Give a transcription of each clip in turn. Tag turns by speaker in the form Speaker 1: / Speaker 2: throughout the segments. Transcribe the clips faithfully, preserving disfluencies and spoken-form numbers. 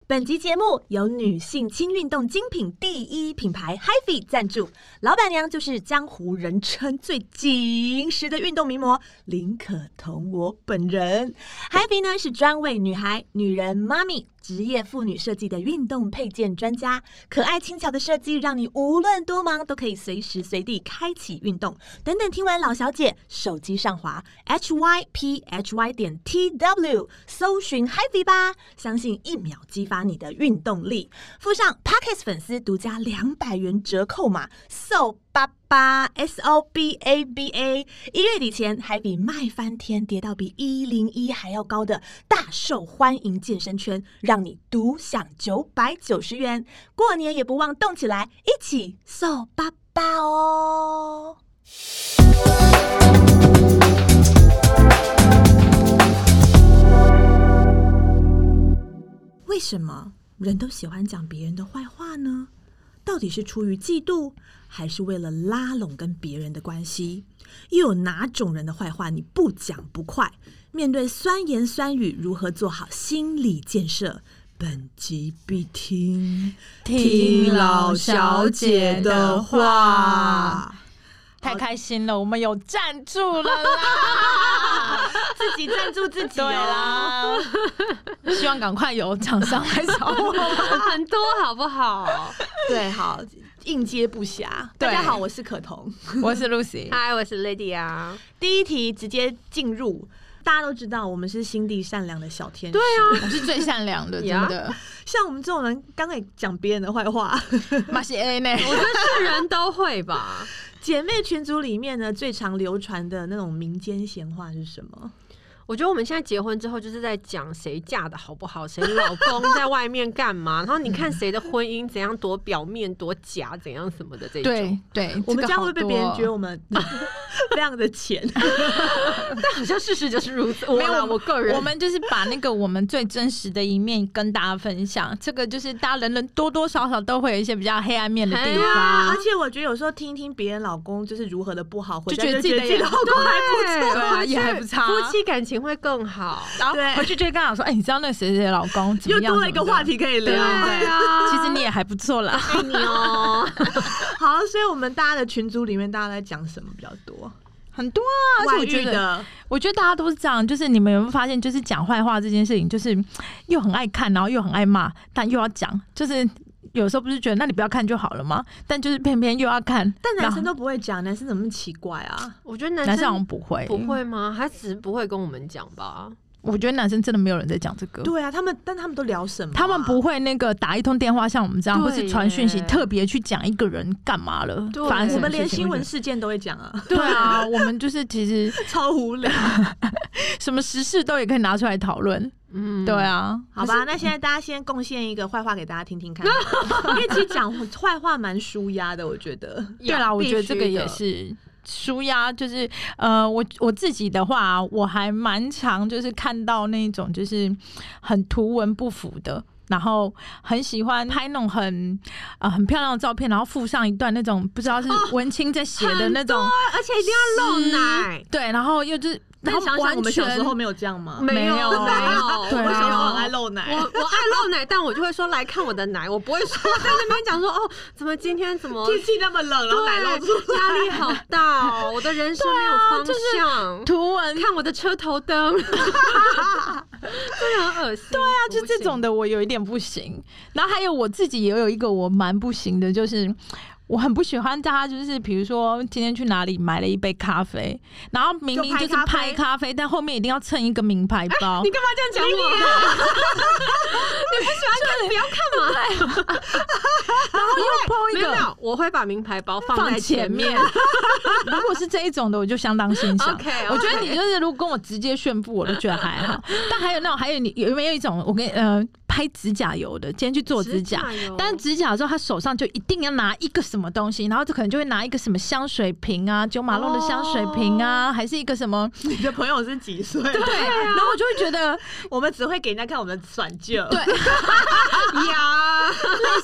Speaker 1: 本集节目由女性轻运动精品第一品牌 Hyfee 赞助，老板娘就是江湖人称最紧实的运动名模林可彤我本人。Hyfee 呢是专为女孩、女人、妈咪、职业妇女设计的运动配件专家，可爱轻巧的设计让你无论多忙都可以随时随地开启运动。等等听完老小姐，手机上滑 H Y P H Y 点 T W 搜寻 Hyfee 吧，相信一秒激发你的运动力。附上 Podcast 粉丝独家两百元折扣码 S O 八八 S O B A B A， 一月底前Hyfee卖翻天，跌到比一零一还要高的大受欢迎健身圈，让你独享九百九十元。过年也不忘动起来，一起 S O 八八哦。为什么人都喜欢讲别人的坏话呢？到底是出于嫉妒，还是为了拉拢跟别人的关系？又有哪种人的坏话你不讲不快？面对酸言酸语，如何做好心理建设？本集必听
Speaker 2: 听老小姐的话。太开心了，我们有赞助了啦！
Speaker 1: 自己赞助自己
Speaker 2: 对啦，希望赶快有厂商来找我们，
Speaker 3: 很多好不好？
Speaker 1: 对，好，应接不暇。大家好，我是可彤，
Speaker 2: 我是 Lucy，
Speaker 3: 嗨，我是 Lady 啊。
Speaker 1: 第一题直接进入。大家都知道我们是心地善良的小天使，
Speaker 2: 对啊，我是最善良的，真的。
Speaker 1: 像我们这种人，刚才讲别人的坏话，
Speaker 2: 马西 A 呢？
Speaker 3: 我觉得是人都会吧。
Speaker 1: 姐妹群组里面呢，最常流传的那种民间闲话是什么？
Speaker 3: 我觉得我们现在结婚之后，就是在讲谁嫁的好不好，谁老公在外面干嘛，然后你看谁的婚姻怎样多表面多假，怎样什么的这种。
Speaker 2: 对对，
Speaker 1: 我们这样会被别人觉得我们非常的钱，
Speaker 3: 但好像事实就是如此。没有，我个人，
Speaker 2: 我们就是把那个我们最真实的一面跟大家分享。这个就是大家人人多多少少都会有一些比较黑暗面的地方。
Speaker 1: 啊、而且我觉得有时候听一听别人老公就是如何的不好，
Speaker 2: 就觉得自己的
Speaker 1: 老公还不错，
Speaker 2: 对啊，也还不差，
Speaker 3: 夫妻感情会更好。
Speaker 2: 然后回去就会跟他说：“哎、欸，你知道那个谁谁的老公怎么样？”
Speaker 1: 又多了一个话题可以聊。
Speaker 2: 对啊，其实你也还不错啦，
Speaker 3: 爱你哦。
Speaker 1: 好，所以我们大家的群组里面，大家在讲什么比较多？
Speaker 2: 很多啊，而且我觉得，我觉得大家都是这样。就是你们有没有发现，就是讲坏话这件事情，就是又很爱看，然后又很爱骂，但又要讲，就是。有时候不是觉得那你不要看就好了吗？但就是偏偏又要看。
Speaker 1: 但男生都不会讲，男生怎么那么奇怪啊？
Speaker 3: 我觉得男生
Speaker 2: 男生好像不会，
Speaker 3: 不会吗？他只是不会跟我们讲吧。
Speaker 2: 我觉得男生真的没有人在讲这个。
Speaker 1: 对啊，他们但他们都聊什么、啊？
Speaker 2: 他们不会那个打一通电话像我们这样，或是传讯息特别去讲一个人干嘛了。
Speaker 1: 对，我们连新闻事件都会讲啊。
Speaker 2: 对啊，我们就是其实
Speaker 1: 超无聊，
Speaker 2: 什么时事都也可以拿出来讨论。嗯，对啊，
Speaker 1: 好吧，那现在大家先贡献一个坏话给大家听听看，因为其实讲坏话蛮舒压的，我觉得。
Speaker 2: 对啦，我觉得这个也是。舒压就是呃，我我自己的话，我还蛮常就是看到那种就是很图文不符的，然后很喜欢拍那种很呃很漂亮的照片，然后附上一段那种不知道是文青在写的那种、哦，
Speaker 3: 而且一定要露奶，
Speaker 2: 对，然后又就是。
Speaker 1: 然后想想我们小时候没有这样吗？
Speaker 3: 没有，没有。
Speaker 2: 对，
Speaker 1: 我小时候很爱露奶。
Speaker 3: 我我爱露奶，但我就会说来看我的奶，我不会说在那边讲说哦，怎么今天怎么
Speaker 1: 天气那么冷，然后奶露出来，
Speaker 3: 压力好大哦，我的人生没有方向。
Speaker 2: 啊就是、图文
Speaker 3: 看我的车头灯，真的很恶心。
Speaker 2: 对啊，就这种的我有一点不行。然后还有我自己也有一个我蛮不行的，就是。我很不喜欢大家就是比如说今天去哪里买了一杯咖啡，然后明明就是拍咖啡，但后面一定要蹭一个名牌包。
Speaker 3: 欸、你干嘛这样讲我？你不喜欢看，不要看嘛。
Speaker 2: 然后又 po 一个，
Speaker 3: 没有，我会把名牌包放在前面。
Speaker 2: 如果是这一种的，我就相当欣赏。
Speaker 3: Okay, okay.
Speaker 2: 我觉得你就是如果跟我直接宣布，我都觉得还好。但还有那种，还有你有没有一种，我跟呃。拍指甲油的，今天去做指甲，指甲但指甲的时候，他手上就一定要拿一个什么东西，然后就可能就会拿一个什么香水瓶啊，九马龙的香水瓶啊，哦、还是一个什么？
Speaker 1: 你的朋友是几岁？对，
Speaker 2: 对啊、然后我就会觉得，
Speaker 1: 我们只会给人家看我们的转旧，
Speaker 2: 对，
Speaker 3: 呀，
Speaker 2: 类似这种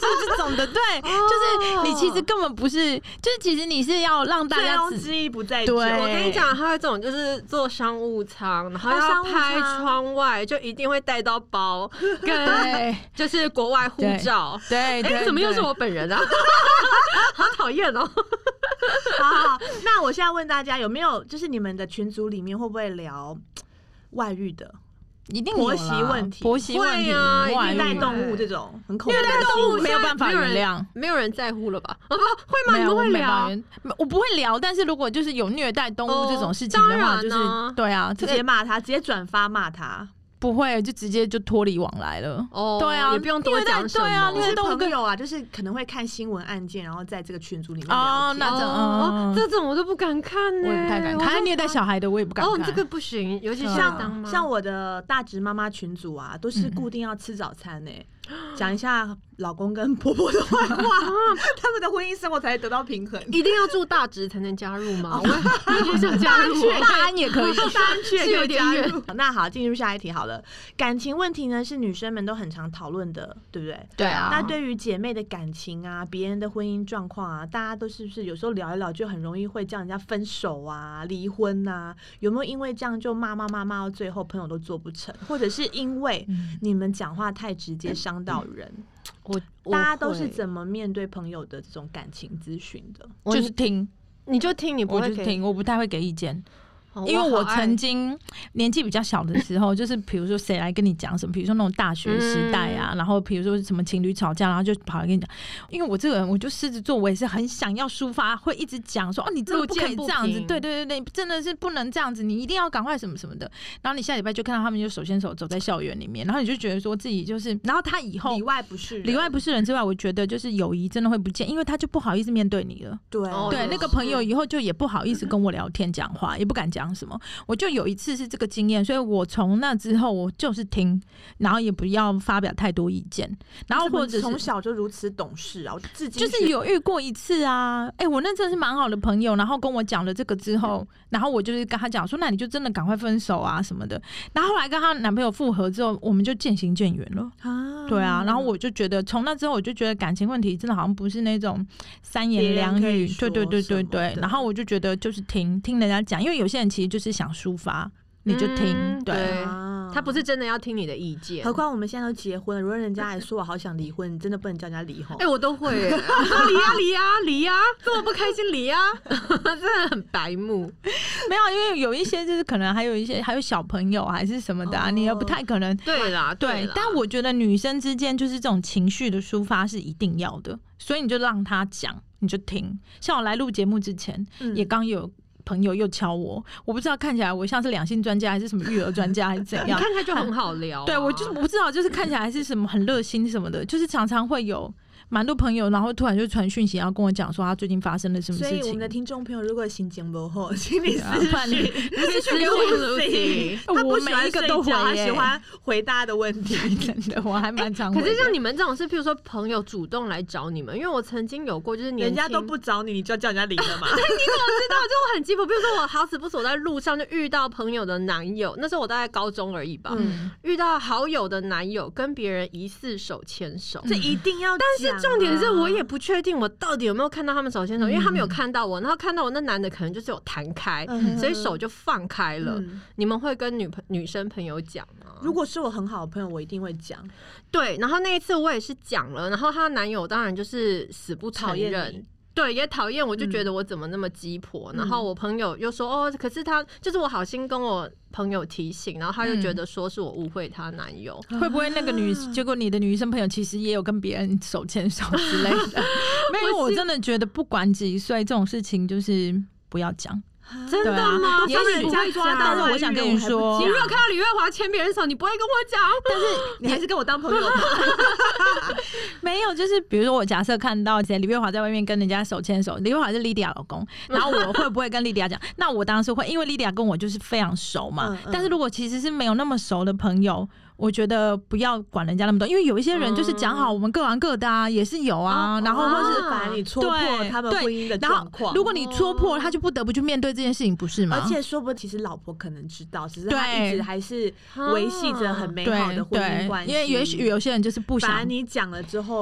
Speaker 2: 种的，对，就是你其实根本不是，就是其实你是要让大家
Speaker 1: 醉翁之意不在酒。
Speaker 2: 对，
Speaker 3: 我跟你讲，他有这种就是坐商务舱，然后要拍窗外，就一定会带到包跟就是国外护照。
Speaker 2: 对，哎，
Speaker 3: 怎么又是我本人啊？好讨厌哦！
Speaker 1: 好好好，那我现在问大家，有没有就是你们的群组里面会不会聊外遇的？
Speaker 2: 一定
Speaker 1: 婆媳问题，
Speaker 2: 婆媳问题
Speaker 3: 啊，
Speaker 1: 虐待动物这种很恐怖，
Speaker 2: 虐待动物没有办法原谅，
Speaker 3: 没有人在乎了吧？哦不，会吗？你们会聊？
Speaker 2: 我不会聊，但是如果就是有虐待动物这种事情的话，就是对啊，
Speaker 1: 直接骂他，直接转发骂他。
Speaker 2: 不会，就直接就脱离往来了。
Speaker 3: 哦，
Speaker 2: 对啊，
Speaker 3: 也不用多讲什么。
Speaker 2: 对啊，
Speaker 1: 因为朋友啊，就是可能会看新闻案件，然后在这个群组里面聊天。
Speaker 2: 哦，那种
Speaker 3: 哦，这种我都不敢看呢，
Speaker 2: 我也不太敢看。还虐待小孩的，我也不敢看。
Speaker 3: 哦，这个不行，尤其
Speaker 1: 像像我的大直妈妈群组啊，都是固定要吃早餐呢。讲一下老公跟婆婆的坏话，他们的婚姻生活才会得到平衡。
Speaker 3: 一定要住大直才能加入吗？我也想加入，
Speaker 2: 大安也可以，
Speaker 1: 大安区
Speaker 3: 是有点远。
Speaker 1: 那好，进入下一题好了。感情问题呢，是女生们都很常讨论的，对不对？
Speaker 3: 对啊。
Speaker 1: 那对于姐妹的感情啊，别人的婚姻状况啊，大家都是不是有时候聊一聊，就很容易会叫人家分手啊、离婚啊？有没有因为这样就骂骂骂骂到最后，朋友都做不成，或者是因为你们讲话太直接伤到人？
Speaker 3: 我
Speaker 1: 大家都是怎么面对朋友的这种感情咨询的？
Speaker 2: 就是听，
Speaker 3: 你就听，你不会
Speaker 2: 我就听，我不太会给意见。
Speaker 3: 哦、
Speaker 2: 因为我曾经年纪比较小的时候，就是比如说谁来跟你讲什么，比如说那种大学时代啊，嗯、然后比如说什么情侣吵架，然后就跑来跟你讲。因为我这个人，我就狮子座，我也是很想要抒发，会一直讲说哦，你真的不可以这样子，对对对对，真的是不能这样子，你一定要赶快什么什么的。然后你下礼拜就看到他们就手牵手走在校园里面，然后你就觉得说自己就是，然后他以后
Speaker 1: 里外不是人
Speaker 2: 里外不是人之外，我觉得就是友谊真的会不见，因为他就不好意思面对你了。
Speaker 1: 对、
Speaker 3: 哦、
Speaker 2: 对，那个朋友以后就也不好意思跟我聊天讲话，也不敢讲什么，我就。就有一次是这个经验，所以我从那之后我就是听，然后也不要发表太多意见，然后或者是
Speaker 1: 从小就如此懂事啊，我至今
Speaker 2: 就是有遇过一次啊，哎、欸，我那真的是蛮好的朋友，然后跟我讲了这个之后，然后我就是跟他讲说，那你就真的赶快分手啊什么的，然后后来跟她男朋友复合之后，我们就渐行渐远了啊，对啊，然后我就觉得从那之后我就觉得感情问题真的好像不是那种三言两语，对对对对对，然后我就觉得就是听听人家讲，因为有些人其实就是想抒发，你就听，嗯、对。
Speaker 3: 对啊，他不是真的要听你的意见。
Speaker 1: 何况我们现在都结婚了，如果人家还说我好想离婚，你真的不能叫人家离婚。
Speaker 3: 哎、欸，我都会离呀离呀离呀，这么不开心离呀，真的很白目。
Speaker 2: 没有，因为有一些就是可能还有一些还有小朋友还是什么的啊，哦、你也不太可能。
Speaker 3: 对啦，对啦，
Speaker 2: 但我觉得女生之间就是这种情绪的抒发是一定要的，所以你就让他讲，你就听。像我来录节目之前，嗯、也刚有。朋友又敲我，我不知道看起来我像是两性专家还是什么育儿专家还是怎样，
Speaker 3: 看起来就很好聊、啊。
Speaker 2: 对，我就是不知道，就是看起来是什么很热心什么的，就是常常会有蛮多朋友，然后突然就传讯息，然后跟我讲说他最近发生了什么事情。
Speaker 1: 所以我们的听众朋友如果心情不好，请你私讯，
Speaker 3: 私讯给我Lucy，
Speaker 1: 他不喜欢睡觉，他喜欢回答的问题。
Speaker 2: 真的，我还蛮常、
Speaker 3: 欸。可是像你们这种是，譬如说朋友主动来找你们，因为我曾经有过，就是年
Speaker 1: 人家都不找你，你就要叫人家离了嘛。
Speaker 3: 你怎么知道？就我很鸡婆，比如说我好死不死我在路上就遇到朋友的男友，那时候我大概高中而已吧，嗯、遇到好友的男友跟别人疑似手牵手，
Speaker 1: 这一定要、啊。
Speaker 3: 但是重点是我也不确定我到底有没有看到他们手牵手，嗯、因为他们有看到我，然后看到我那男的可能就是有弹开，嗯、所以手就放开了。嗯、你们会跟女朋女生朋友讲吗？
Speaker 1: 如果是我很好的朋友，我一定会讲。
Speaker 3: 对，然后那一次我也是讲了，然后她男友当然就是死不承认。对，也讨厌，我就觉得我怎么那么鸡婆，嗯、然后我朋友又说哦，可是他就是我好心跟我朋友提醒，然后他就觉得说是我误会她男友，
Speaker 2: 嗯、会不会那个女，结果你的女生朋友其实也有跟别人手牵手之类的？没有，我真的觉得不管几岁，这种事情就是不要讲。
Speaker 3: 真的吗？
Speaker 2: 也许不会抓到，但是我想跟你说，
Speaker 3: 你如果看到李月华牵别人手，你不会跟我讲，
Speaker 1: 但是你还是跟我当朋友。
Speaker 2: 没有，就是比如说我假设看到李月华在外面跟人家手牵手，李月华是莉迪亚老公，然后我会不会跟莉迪亚讲？那我当然是会，因为莉迪亚跟我就是非常熟嘛。嗯嗯但是如果其实是没有那么熟的朋友，我觉得不要管人家那么多，因为有一些人就是讲好我们各玩各的啊，也是有啊。
Speaker 1: 嗯、
Speaker 2: 然后或是
Speaker 1: 把你戳破他们婚姻的状况，
Speaker 2: 如果你戳破，他就不得不去面对这件事情，不是吗？
Speaker 1: 而且说不定其实老婆可能知道，只是他一直还是维系着很美好的婚姻关系。
Speaker 2: 因为也许有些人就是不想。
Speaker 1: 把你讲了之后。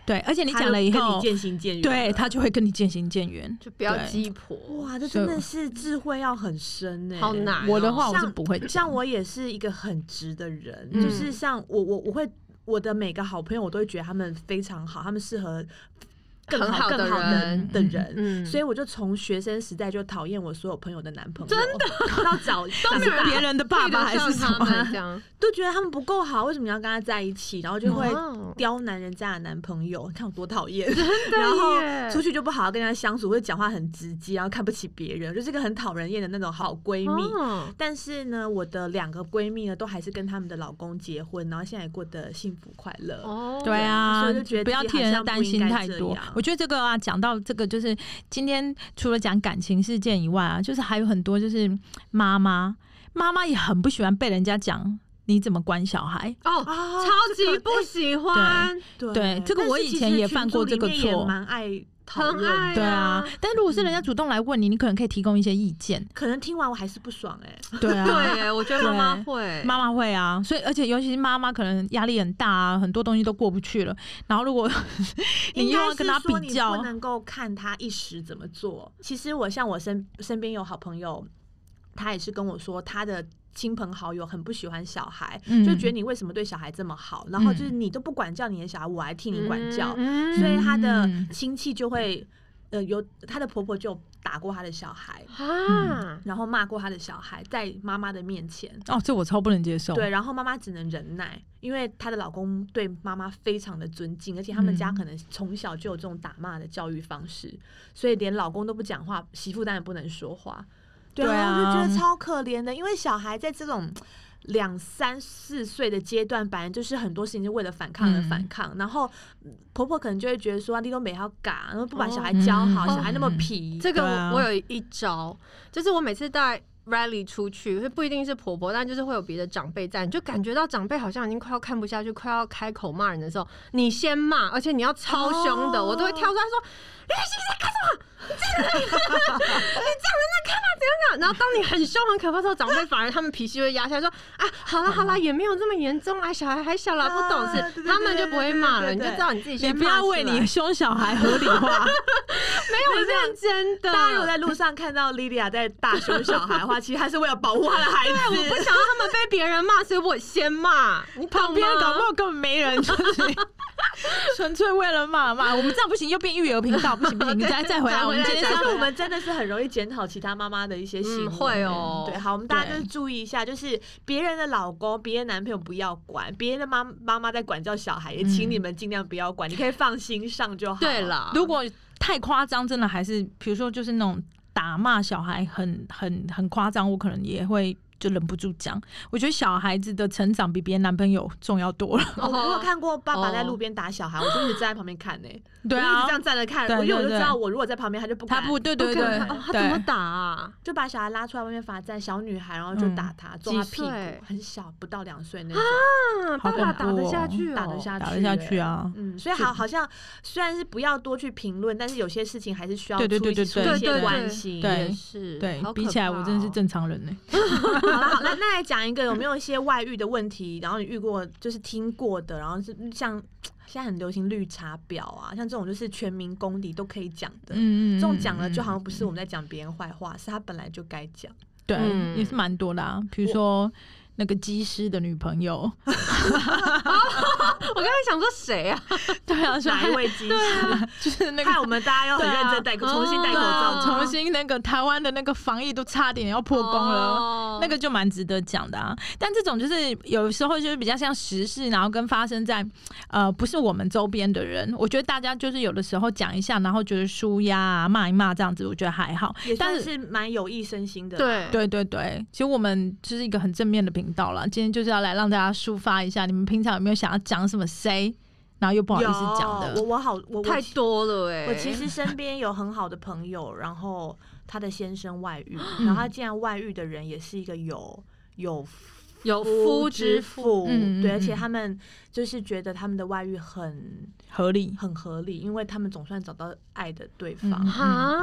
Speaker 2: 对，而且你讲了以后，
Speaker 1: 你渐行渐远，
Speaker 2: 对他就会跟你渐行渐远，
Speaker 3: 就不要鸡婆。
Speaker 1: 哇，这真的是智慧要很深呢、欸，
Speaker 3: 好难、喔。
Speaker 2: 我的话我是不会讲，
Speaker 1: 像我也是一个很直的人，
Speaker 3: 嗯、
Speaker 1: 就是像我我我会我的每个好朋友，我都会觉得他们非常好，他们适合。更好更好的的人，嗯，所以我就从学生时代就讨厌我所有朋友的男朋友，
Speaker 3: 真的
Speaker 1: 到找
Speaker 2: 都没有别人的爸爸还是什么，
Speaker 1: 都觉得他们不够好，为什么要跟他在一起？然后就会刁难人家的男朋友，你看我多讨厌，然后出去就不好好跟人家相处，或者讲话很直接，然后看不起别人，就是一个很讨人厌的那种好闺蜜。哦、但是呢，我的两个闺蜜呢，都还是跟他们的老公结婚，然后现在也过得幸福快乐。
Speaker 2: 哦，对啊，
Speaker 1: 所以就觉得
Speaker 2: 不要替人担心太多。我觉得这个啊，讲到这个，就是今天除了讲感情事件以外啊，就是还有很多就是妈妈，妈妈也很不喜欢被人家讲你怎么管小孩
Speaker 3: 哦，超级不喜欢。
Speaker 2: 对，对对这个我以前也犯过这个错，
Speaker 1: 蛮爱。
Speaker 3: 很爱、啊，
Speaker 2: 对啊，但如果是人家主动来问你，嗯、你可能可以提供一些意见。
Speaker 1: 可能听完我还是不爽哎、
Speaker 2: 欸，对啊，
Speaker 3: 对，我觉得妈妈会，
Speaker 2: 妈妈会啊，所以而且尤其是妈妈可能压力很大啊，很多东西都过不去了。然后如果你又要跟他比较，
Speaker 1: 你不能够看他一时怎么做。其实我像我身身边有好朋友，他也是跟我说他的。亲朋好友很不喜欢小孩，嗯、就觉得你为什么对小孩这么好，然后就是你都不管教你的小孩，我来替你管教，嗯、所以他的亲戚就会，呃，有他的婆婆就打过他的小孩，啊、然后骂过他的小孩，在妈妈的面前。
Speaker 2: 哦，这我超不能接受。
Speaker 1: 对，然后妈妈只能忍耐，因为她的老公对妈妈非常的尊敬，而且他们家可能从小就有这种打骂的教育方式，所以连老公都不讲话，媳妇当然不能说话。对啊，我就觉得超可怜的，因为小孩在这种两三四岁的阶段，本来就是很多事情是为了反抗而反抗，嗯、然后婆婆可能就会觉得说，你都没好嘎，然后不把小孩教好，哦、小孩那么皮。
Speaker 3: 这个我我有一招，就是我每次带Riley 出去，不一定是婆婆，但就是会有别的长辈在，你就感觉到长辈好像已经快要看不下去，快要开口骂人的时候，你先骂，而且你要超凶的，哦、我都会跳出来说：“你在干什么？你这样，你这样在那干嘛？怎样怎样？”然后当你很凶很可怕的时候，长辈反而他们脾气会压下来，说：“啊，好啦好啦，也没有这么严重啊，小孩还小啦，不懂事。啊”他们就不会骂了，你就知道你自己先骂。
Speaker 2: 你不要为你凶小孩合理化，
Speaker 3: 没有认真的。
Speaker 1: 大家如果在路上看到 Lilia 在大凶小孩的话，其实他是为了保护他的孩子。
Speaker 3: 对，我不想让他们被别人骂，所以我先骂。你
Speaker 2: 旁边搞不好根本没人，就是纯粹为了骂骂。我们这样不行，又变育儿频道，不行不行，你再再回来。我们今天
Speaker 1: 但是我们真的是很容易检讨其他妈妈的一些行为，
Speaker 3: 嗯、会哦。
Speaker 1: 对，好，我们大家就是注意一下，就是别人的老公、别人男朋友不要管，别人的妈妈妈在管教小孩，也请你们尽量不要管，嗯、你可以放心上就好。
Speaker 3: 对啦，
Speaker 2: 如果太夸张，真的还是比如说就是那种打骂小孩很很很夸张，我可能也会。就忍不住讲，我觉得小孩子的成长比别人男朋友重要多了。
Speaker 1: 哦、我有看过爸爸在路边打小孩，哦、我就一直站在旁边看呢、欸。
Speaker 2: 对啊，
Speaker 1: 我就一直这样站着看，
Speaker 2: 对对对，
Speaker 1: 因为我就知道我如果在旁边，他就不敢，
Speaker 2: 他不对对对，
Speaker 3: 哦、他怎么打啊？
Speaker 1: 就把小孩拉出来外面罚站，小女孩，然后就打他，揍、嗯、他屁股，很小，不到两岁那种。
Speaker 3: 啊，爸爸打得下去、哦，
Speaker 1: 打得下去，
Speaker 2: 打得下去啊。
Speaker 1: 嗯，所以好，好像虽然是不要多去评论，但是有些事情还是需要
Speaker 2: 对对对对对
Speaker 1: 一些关系。
Speaker 2: 对，
Speaker 3: 是，
Speaker 2: 对，比起来我真的是正常人呢、
Speaker 1: 欸。好了，好，那那来讲一个有没有一些外遇的问题，然后你遇过，就是听过的，然后是像。现在很流行绿茶婊啊，像这种就是全民公敌都可以讲的，嗯这种讲了就好像不是我们在讲别人坏话，是他本来就该讲。
Speaker 2: 对，嗯、也是蛮多的啊，比如说那个机师的女朋友。我
Speaker 3: 刚才想说谁啊？
Speaker 2: 对啊，
Speaker 1: 哪一位机师？
Speaker 2: 啊、就是那个，
Speaker 1: 害我们大家要很认真戴口，啊、重新戴口罩，
Speaker 2: 啊、重新那个台湾的那个防疫都差点要破功了，
Speaker 3: 哦、
Speaker 2: 那个就蛮值得讲的啊。但这种就是有时候就是比较像时事，然后跟发生在呃不是我们周边的人，我觉得大家就是有的时候讲一下，然后觉得抒压啊、骂一骂这样子，我觉得还好，
Speaker 1: 也算是蛮有益身心的。
Speaker 2: 对对对对，其实我们就是一个很正面的频道啦，今天就是要来让大家抒发一下，你们平常有没有想要讲什么谁？然后又不好意思讲的，
Speaker 1: 我我好我
Speaker 3: 太多了哎、欸！
Speaker 1: 我其实身边有很好的朋友，然后他的先生外遇，然后他竟然外遇的人也是一个有有
Speaker 3: 有夫之妇，
Speaker 2: 嗯、
Speaker 1: 对，而且他们就是觉得他们的外遇很
Speaker 2: 合理，
Speaker 1: 很合理，因为他们总算找到爱的对方。
Speaker 3: 啊、嗯，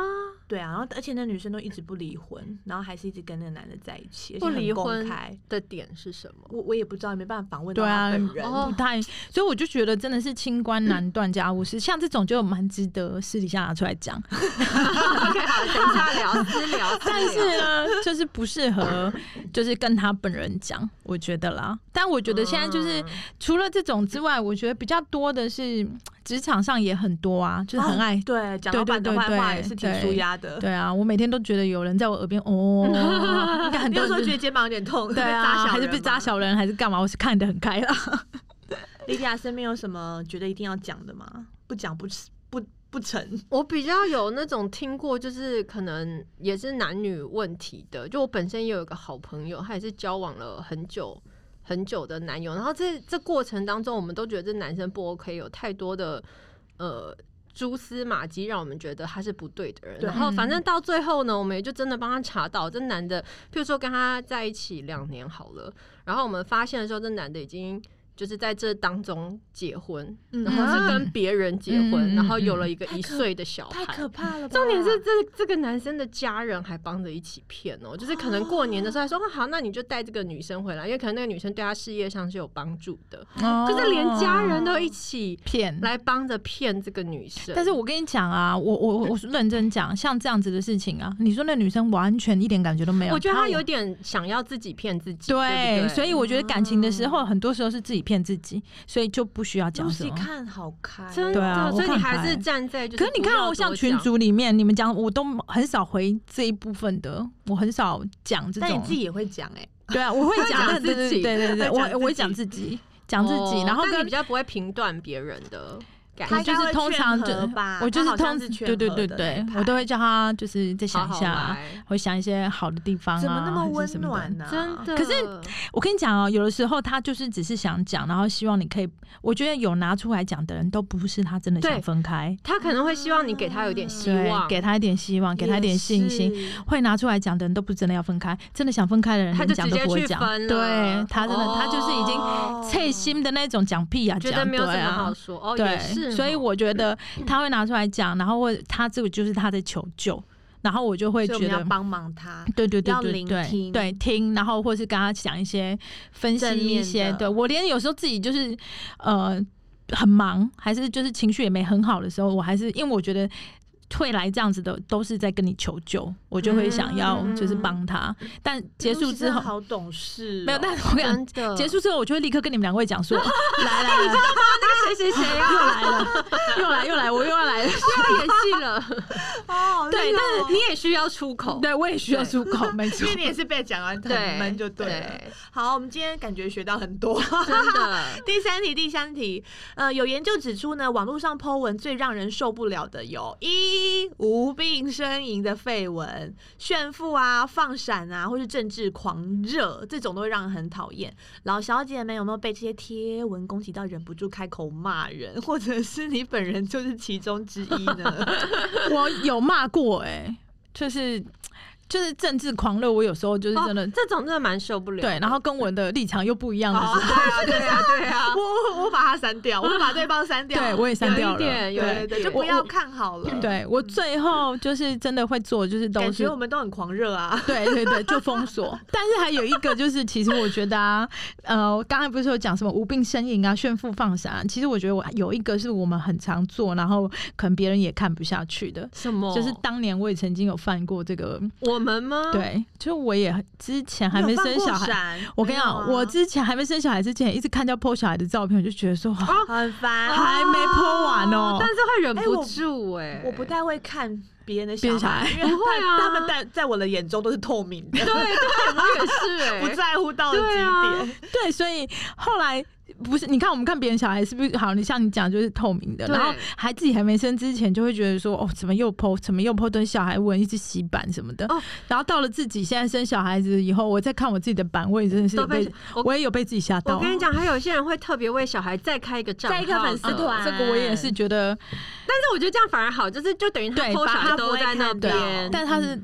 Speaker 1: 对啊，然后而且那女生都一直不离婚，然后还是一直跟那个男的在一起，
Speaker 3: 不离
Speaker 1: 婚
Speaker 3: 的点是什么？
Speaker 1: 我我也不知道，没办法访问到他本人，
Speaker 2: 啊、不太，所以我就觉得真的是清官难断家务事，嗯、像这种就蛮值得私底下拿出来讲。
Speaker 3: OK， 好，等一下聊私聊，
Speaker 2: 但是呢，就是不适合，就是跟他本人讲，我觉得啦。但我觉得现在就是、嗯、除了这种之外，我觉得比较多的是。职场上也很多啊，就是很爱、
Speaker 1: 哦、对讲老板的坏话也是挺舒压的。
Speaker 2: 对啊，我每天都觉得有人在我耳边哦，应该很多
Speaker 1: 人。你有时候觉得肩膀有点痛，
Speaker 2: 对啊，还是被扎小人，还是干嘛？我是看得很开啦。
Speaker 1: 莉迪亚身边有什么觉得一定要讲的吗？不讲不不不成。
Speaker 3: 我比较有那种听过，就是可能也是男女问题的。就我本身也有一个好朋友，他也是交往了很久。很久的男友，然后这这过程当中，我们都觉得这男生不 OK， 有太多的呃蛛丝马迹，让我们觉得他是不对的人。然后反正到最后呢，我们也就真的帮他查到，这男的，譬如说跟他在一起两年好了，然后我们发现的时候，这男的已经就是在这当中结婚，嗯、然后是跟别人结婚，嗯、然后有了一个一岁的小孩，
Speaker 1: 太可怕了吧！
Speaker 3: 重点是这这个男生的家人还帮着一起骗哦，就是可能过年的时候还说、哦、好，那你就带这个女生回来，因为可能那个女生对他事业上是有帮助的，哦、就是连家人都一起骗来帮着骗这个女生。
Speaker 2: 但是我跟你讲啊，我我我认真讲，像这样子的事情啊，你说那女生完全一点感觉都没有，
Speaker 3: 我觉得她有点想要自己骗自己，
Speaker 2: 对,
Speaker 3: 对, 对，
Speaker 2: 所以我觉得感情的时候，很多时候是自己骗自己，所以就不需要讲什么。
Speaker 1: 看好开，
Speaker 3: 真的，啊、所以你还是站在就是。
Speaker 2: 可是你看，我像群组里面，你们讲我都很少回这一部分的，我很少讲这种。
Speaker 1: 但你自己也会讲哎、欸，
Speaker 2: 对啊，我会讲自己，对对对，我我会讲自己，讲自己，然后
Speaker 3: 但你比较不会评断别人的。
Speaker 2: 我就是通常就我就是通对对对对，我都会叫他就是再想一下，会想一些好的地方啊，
Speaker 1: 怎么那么温暖呢？
Speaker 3: 真的。
Speaker 2: 可是我跟你讲哦，有的时候他就是只是想讲，然后希望你可以，我觉得有拿出来讲的人都不是他真的想分开，
Speaker 3: 他可能会希望你给他有点希望，
Speaker 2: 给他一点希望，给他一点信心。会拿出来讲的人都不是真的要分开，真的想分开的人连讲都不会讲。对他真的，他就是已经脆心的那种讲屁啊，
Speaker 3: 觉得没有什么好说哦，也是。
Speaker 2: 所以我觉得他会拿出来讲，然后他这个就是他在求救，然后我就会觉得
Speaker 1: 要帮忙他，
Speaker 2: 对对对对
Speaker 1: 对
Speaker 2: 对对听，然后或是跟他讲一些分析一些，对我连有时候自己就是呃很忙，还是就是情绪也没很好的时候，我还是因为我觉得。会来这样子的都是在跟你求救，我就会想要就是帮他，嗯、但结束之后
Speaker 1: 好懂事、喔，
Speaker 2: 没有，但我跟你讲，结束之后我就会立刻跟你们两位讲说，来来
Speaker 3: 来，你知道吗？那个谁谁谁啊，
Speaker 2: 又来了，又来又来，我又要来了，
Speaker 3: 又要演戏了，
Speaker 1: 哦，
Speaker 3: 对，但是你也需要出口，
Speaker 2: 对我也需要出口，没错，
Speaker 1: 因为你也是被讲完很闷就对了。對好，我们今天感觉学到很多，
Speaker 3: 真的。
Speaker 1: 第三题，第三题，呃，有研究指出呢，网络上 po 文最让人受不了的有一。无病呻吟的绯闻、炫富啊、放闪啊，或是政治狂热，这种都会让人很讨厌。老小姐们有没有被这些贴文攻击到忍不住开口骂人，或者是你本人就是其中之一呢？
Speaker 2: 我有骂过哎、欸，就是。就是政治狂热，我有时候就是真的、哦、
Speaker 3: 这种真的蛮受不了。
Speaker 2: 对，然后跟我的立场又不一样的时候，
Speaker 1: 哦、对啊，对啊，对啊，我我把它删掉，我会把对方删掉，
Speaker 2: 对我也删掉了，
Speaker 1: 对对对，就不要看好了。
Speaker 2: 我对我最后就是真的会做，就是都是感
Speaker 1: 觉我们都很狂热啊，
Speaker 2: 对对对，就封锁。但是还有一个就是，其实我觉得啊，呃，刚才不是有讲什么无病呻吟啊、炫富放闪、啊，其实我觉得我有一个是我们很常做，然后可能别人也看不下去的。
Speaker 3: 什么？
Speaker 2: 就是当年我也曾经有犯过这个，
Speaker 3: 我们吗？
Speaker 2: 对。就我也之前还没生小孩，我跟你讲，啊、我之前还没生小孩之前，一直看到 po 小孩的照片，我就觉得说、
Speaker 1: 哦、很烦，
Speaker 2: 还没 po 完哦、喔，
Speaker 3: 但是会忍不住哎、欸
Speaker 1: 欸，我不太会看别人的小孩，
Speaker 2: 因为
Speaker 1: 不会啊，他们在在我的眼中都是透明的，
Speaker 3: 对对，我也是哎、欸，
Speaker 1: 不在乎到了极点，
Speaker 2: 对,、啊、对，所以后来。不是，你看我们看别人小孩是不是好？你像你讲就是透明的，然后还自己还没生之前就会觉得说哦，怎么又 po， 怎么又 po 等小孩文一直洗版什么的、哦。然后到了自己现在生小孩子以后，我再看我自己的版，我也真的是有被，我, 我也有被自己吓到。
Speaker 3: 我跟你讲，还有一些人会特别为小孩再开一个账号，
Speaker 1: 再一个粉丝团、
Speaker 2: 呃，这个我也是觉得。
Speaker 3: 但是我觉得这样反而好，就是就等于他 po 小孩都在那边，
Speaker 2: 但他是。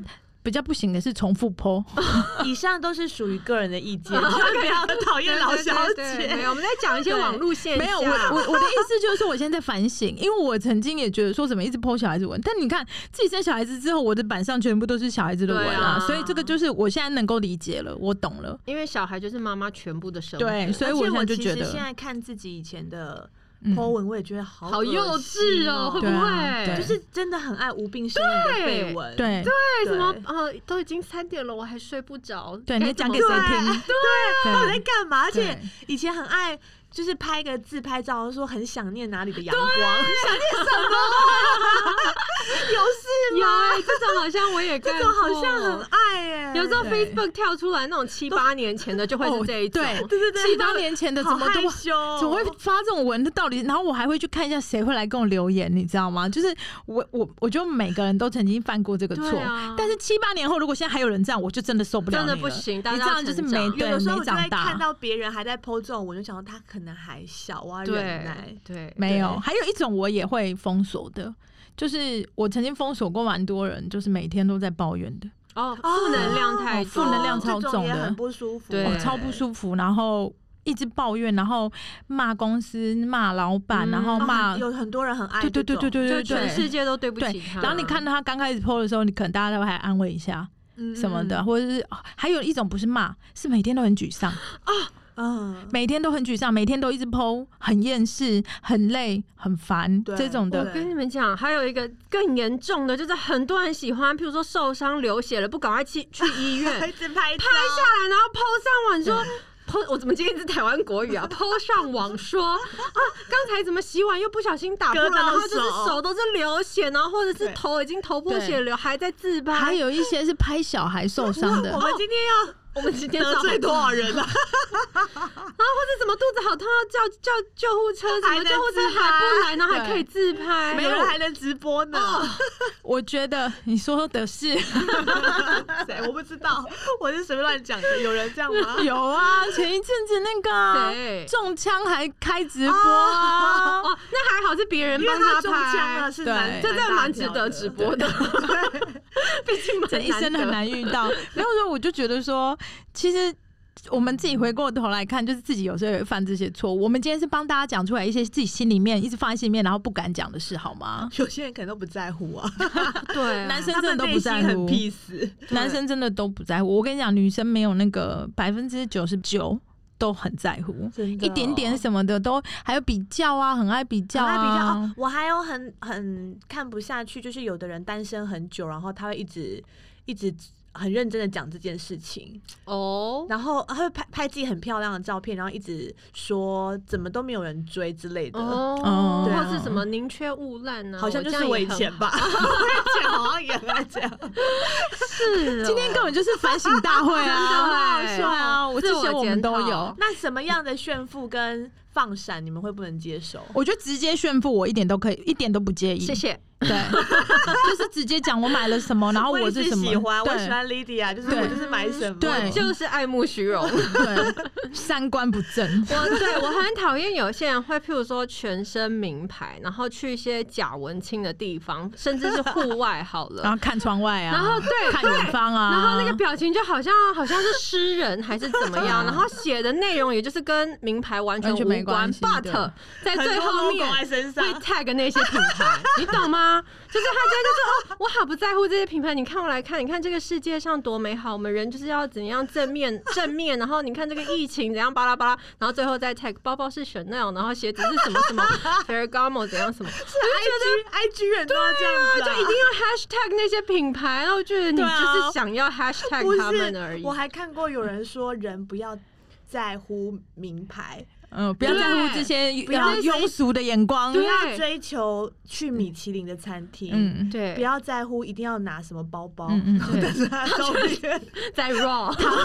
Speaker 2: 比较不行的是重复 po。
Speaker 1: 以上都是属于个人的意见，不要讨厌老小姐。
Speaker 3: 没有，我们在讲一些网络现象。
Speaker 2: 没有，我我我的意思就是说，我现在在反省，因为我曾经也觉得说怎么一直 po 小孩子文，但你看自己生小孩子之后，我的板上全部都是小孩子的文啊，所以这个就是我现在能够理解了，我懂了。
Speaker 3: 因为小孩就是妈妈全部的生活，
Speaker 2: 对，所以我现在就觉得，
Speaker 1: 现在看自己以前的po文，我也觉得好
Speaker 3: 好幼稚哦，会不会？
Speaker 1: 就是真的很爱无病呻吟的绯闻，
Speaker 2: 对
Speaker 3: 对，什么呃，都已经三点了，我还睡不着，
Speaker 2: 对，你讲给谁听？
Speaker 1: 对，到底在干嘛？而且以前很爱。就是拍个自拍照，说很想念哪里的阳光，想念什么？有事吗？
Speaker 3: 有哎、欸，这种好像我也干过，
Speaker 1: 这种好像很爱哎、欸。
Speaker 3: 有时候 Facebook 跳出来那种七八年前的，就会是这一种，
Speaker 2: 对
Speaker 1: 对对对，
Speaker 2: 七八年前的怎么都怎么会发这种文的道理？然后我还会去看一下谁会来跟我留言，你知道吗？就是我我我觉得每个人都曾经犯过这个错，
Speaker 3: 啊、
Speaker 2: 但是七八年后，如果现在还有人这样，我就真的受不了你了，
Speaker 3: 真的不行。你
Speaker 2: 这样就是没对
Speaker 1: 有的时候
Speaker 2: 没长大。
Speaker 1: 看到别人还在 po 这种，我就想到他可能还小。我要忍耐，
Speaker 3: 对，
Speaker 2: 没有。还有一种我也会封锁的，就是我曾经封锁过蛮多人，就是每天都在抱怨的。
Speaker 3: 哦，负能量太
Speaker 2: 负能量超重的，
Speaker 1: 很不舒服，
Speaker 3: 对，
Speaker 2: 哦、超不舒服。然后一直抱怨，然后骂公司、骂老板，嗯、然后骂、
Speaker 1: 哦、有很多人很爱，
Speaker 2: 对对对对对对，
Speaker 3: 就全世界都对不起他。
Speaker 2: 然后你看到他刚开始 po 的时候，你可能大家都还安慰一下。什么的，或者是、哦、还有一种不是骂，是每天都很沮丧啊。嗯，每天都很沮丧，每天都一直 po， 很厌世，很累，很烦这种的。
Speaker 3: 我跟你们讲，还有一个更严重的，就是很多人喜欢，譬如说受伤流血了，不赶快去去医院，
Speaker 1: 一直拍
Speaker 3: 拍下来，然后 po 上网说。po 我怎么今天是台湾国语啊 ？po 上网说啊，刚才怎么洗碗又不小心打破了，然后就是手都是流血，然后或者是头已经头破血流，还在自拍。
Speaker 2: 还有一些是拍小孩受伤的。
Speaker 1: 我们今天要。
Speaker 3: 我们今天
Speaker 1: 得罪多少人啊？
Speaker 3: 然后或者怎么肚子好痛要叫叫救护车，怎么救护车还不来，然后还可以自拍，
Speaker 1: 没有人还能直播呢。哦、
Speaker 2: 我觉得你说的是
Speaker 1: 谁？我不知道，我是随便乱讲的。有人这样吗？
Speaker 2: 有啊，前一阵子那个中枪还开直播啊，
Speaker 3: 哦，那还好是别人帮他
Speaker 1: 中枪了，是蛮
Speaker 3: 这真的蛮值得直播的。对，毕竟
Speaker 2: 这一生很难遇到。然后说我就觉得说。其实我们自己回过头来看，就是自己有时候也犯这些错误。我们今天是帮大家讲出来一些自己心里面一直放在心里面，然后不敢讲的事，好吗？
Speaker 1: 有些人可能都不在乎啊。
Speaker 3: 对啊，
Speaker 2: 男生真的都不在乎，
Speaker 1: 很屁死。
Speaker 2: 男生真的都不在乎。我跟你讲，女生没有那个百分之九十九都很在乎，
Speaker 1: 哦、
Speaker 2: 一点点什么的都还有比较啊，很爱比较、啊，
Speaker 1: 很爱比较。哦、我还有很很看不下去，就是有的人单身很久，然后他会一直一直。很认真的讲这件事情
Speaker 3: 哦，
Speaker 1: oh. 然后他会拍拍自己很漂亮的照片，然后一直说怎么都没有人追之类的
Speaker 3: 哦，
Speaker 1: oh.
Speaker 3: 或是什么宁缺毋滥呢？
Speaker 1: 好像就是我以前吧，我以前好像也爱这样。
Speaker 3: 是、哦，
Speaker 2: 今天根本就是反省大会啊！
Speaker 3: 对
Speaker 2: 啊，我这些我们都有。
Speaker 1: 那什么样的炫富跟放闪你们会不能接受？
Speaker 2: 我觉得直接炫富我一点都可以，一点都不介意。
Speaker 3: 谢谢。
Speaker 2: 对，就是直接讲我买了什么，然后我是什么。
Speaker 1: 我喜欢，我喜欢 Lydia， 就是我就是买什么，
Speaker 2: 对，
Speaker 3: 就是爱慕虚荣，
Speaker 2: 对，三观不正。
Speaker 3: 我对我很讨厌有些人会，譬如说全身名牌，然后去一些假文青的地方，甚至是户外好了，
Speaker 2: 然后看窗外啊，
Speaker 3: 然后对
Speaker 2: 看远方啊，
Speaker 3: 然后那个表情就好像好像是诗人还是怎么样，然后写的内容也就是跟名牌完全无关 ，but 在最后面会 tag 那些品牌，你懂吗？就是他今天就说哦，我好不在乎这些品牌，你看我来看，你看这个世界上多美好，我们人就是要怎样正面正面，然后你看这个疫情怎样巴拉巴拉，然后最后再 tag 包包是 Chanel， 然后鞋子是什么什么 Ferragamo 怎样什么，
Speaker 1: 是 I G I G 人都要这样子、啊，
Speaker 3: 就一定要 hashtag 那些品牌，然后我觉得你就是想要 hashtag 他们而已。
Speaker 1: 我还看过有人说，人不要在乎名牌。
Speaker 2: 嗯，不要在乎这些庸俗的眼光，
Speaker 1: 不要追求去米其林的餐厅，
Speaker 2: 嗯，
Speaker 3: 对，
Speaker 1: 不要在乎一定要拿什么包包，
Speaker 2: 嗯嗯，
Speaker 1: 但是他照片
Speaker 3: 在 raw， 在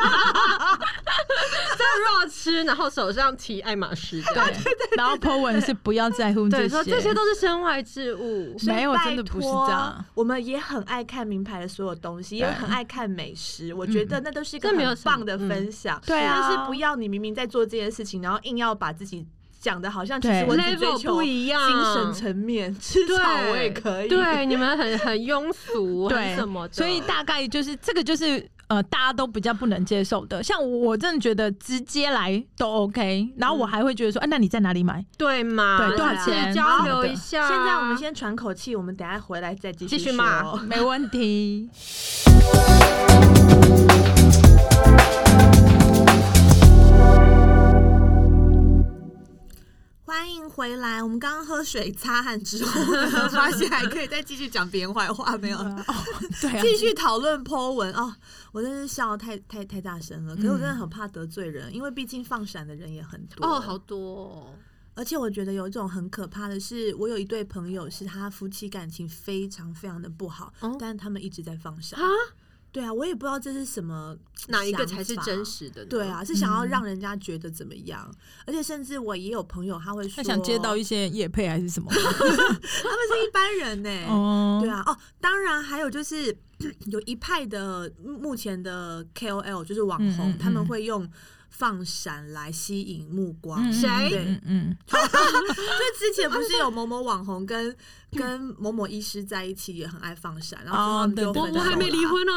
Speaker 3: raw 吃，然后手上提爱马仕，
Speaker 2: 对对对，然后 po 文是不要在乎这些，
Speaker 3: 说这些都是身外之物，
Speaker 2: 没有，真的不是这样。
Speaker 1: 我们也很爱看名牌的所有东西，也很爱看美食，我觉得那都是一个很棒的分享，
Speaker 2: 对啊，
Speaker 1: 但是不要你明明在做这件事情，然后硬要把自己讲的好像其实我只追求
Speaker 3: 不一样，
Speaker 1: 精神层面，吃草我也可以。
Speaker 3: 对，你们很很庸俗，
Speaker 2: 对
Speaker 3: 什么的，
Speaker 2: 所以大概就是这个就是呃大家都比较不能接受的。像我真的觉得直接来都 OK， 然后我还会觉得说，哎、嗯啊，那你在哪里买？
Speaker 3: 对嘛？
Speaker 2: 对，多少钱？
Speaker 3: 交流一下。
Speaker 1: 现在我们先喘口气，我们等一下回来再继续
Speaker 3: 继续骂，
Speaker 2: 没问题。
Speaker 1: 欢迎回来。我们刚刚喝水擦汗之后呢，发现还可以再继续讲别人坏话，没有？
Speaker 2: 哦、对、啊，
Speaker 1: 继续讨论 po 文哦。我真是笑得太太太大声了，可是我真的很怕得罪人，嗯、因为毕竟放闪的人也很多
Speaker 3: 哦，好多哦。
Speaker 1: 而且我觉得有一种很可怕的是，我有一对朋友是他夫妻感情非常非常的不好，哦、但是他们一直在放闪啊。对啊，我也不知道这是什么，
Speaker 3: 哪一个才是真实的呢？
Speaker 1: 对啊，是想要让人家觉得怎么样？嗯、而且甚至我也有朋友他会说，
Speaker 2: 他想接到一些业配还是什么？
Speaker 1: 他们是一般人呢、欸。哦，对啊，哦，当然还有就是有一派的目前的 K O L 就是网红，嗯嗯嗯他们会用放闪来吸引目光。
Speaker 3: 谁？
Speaker 1: 对，嗯，就之前不是有某某网红跟。跟某某医师在一起也很爱放闪，然后之后他们就分手了。
Speaker 3: 我还没离婚呢、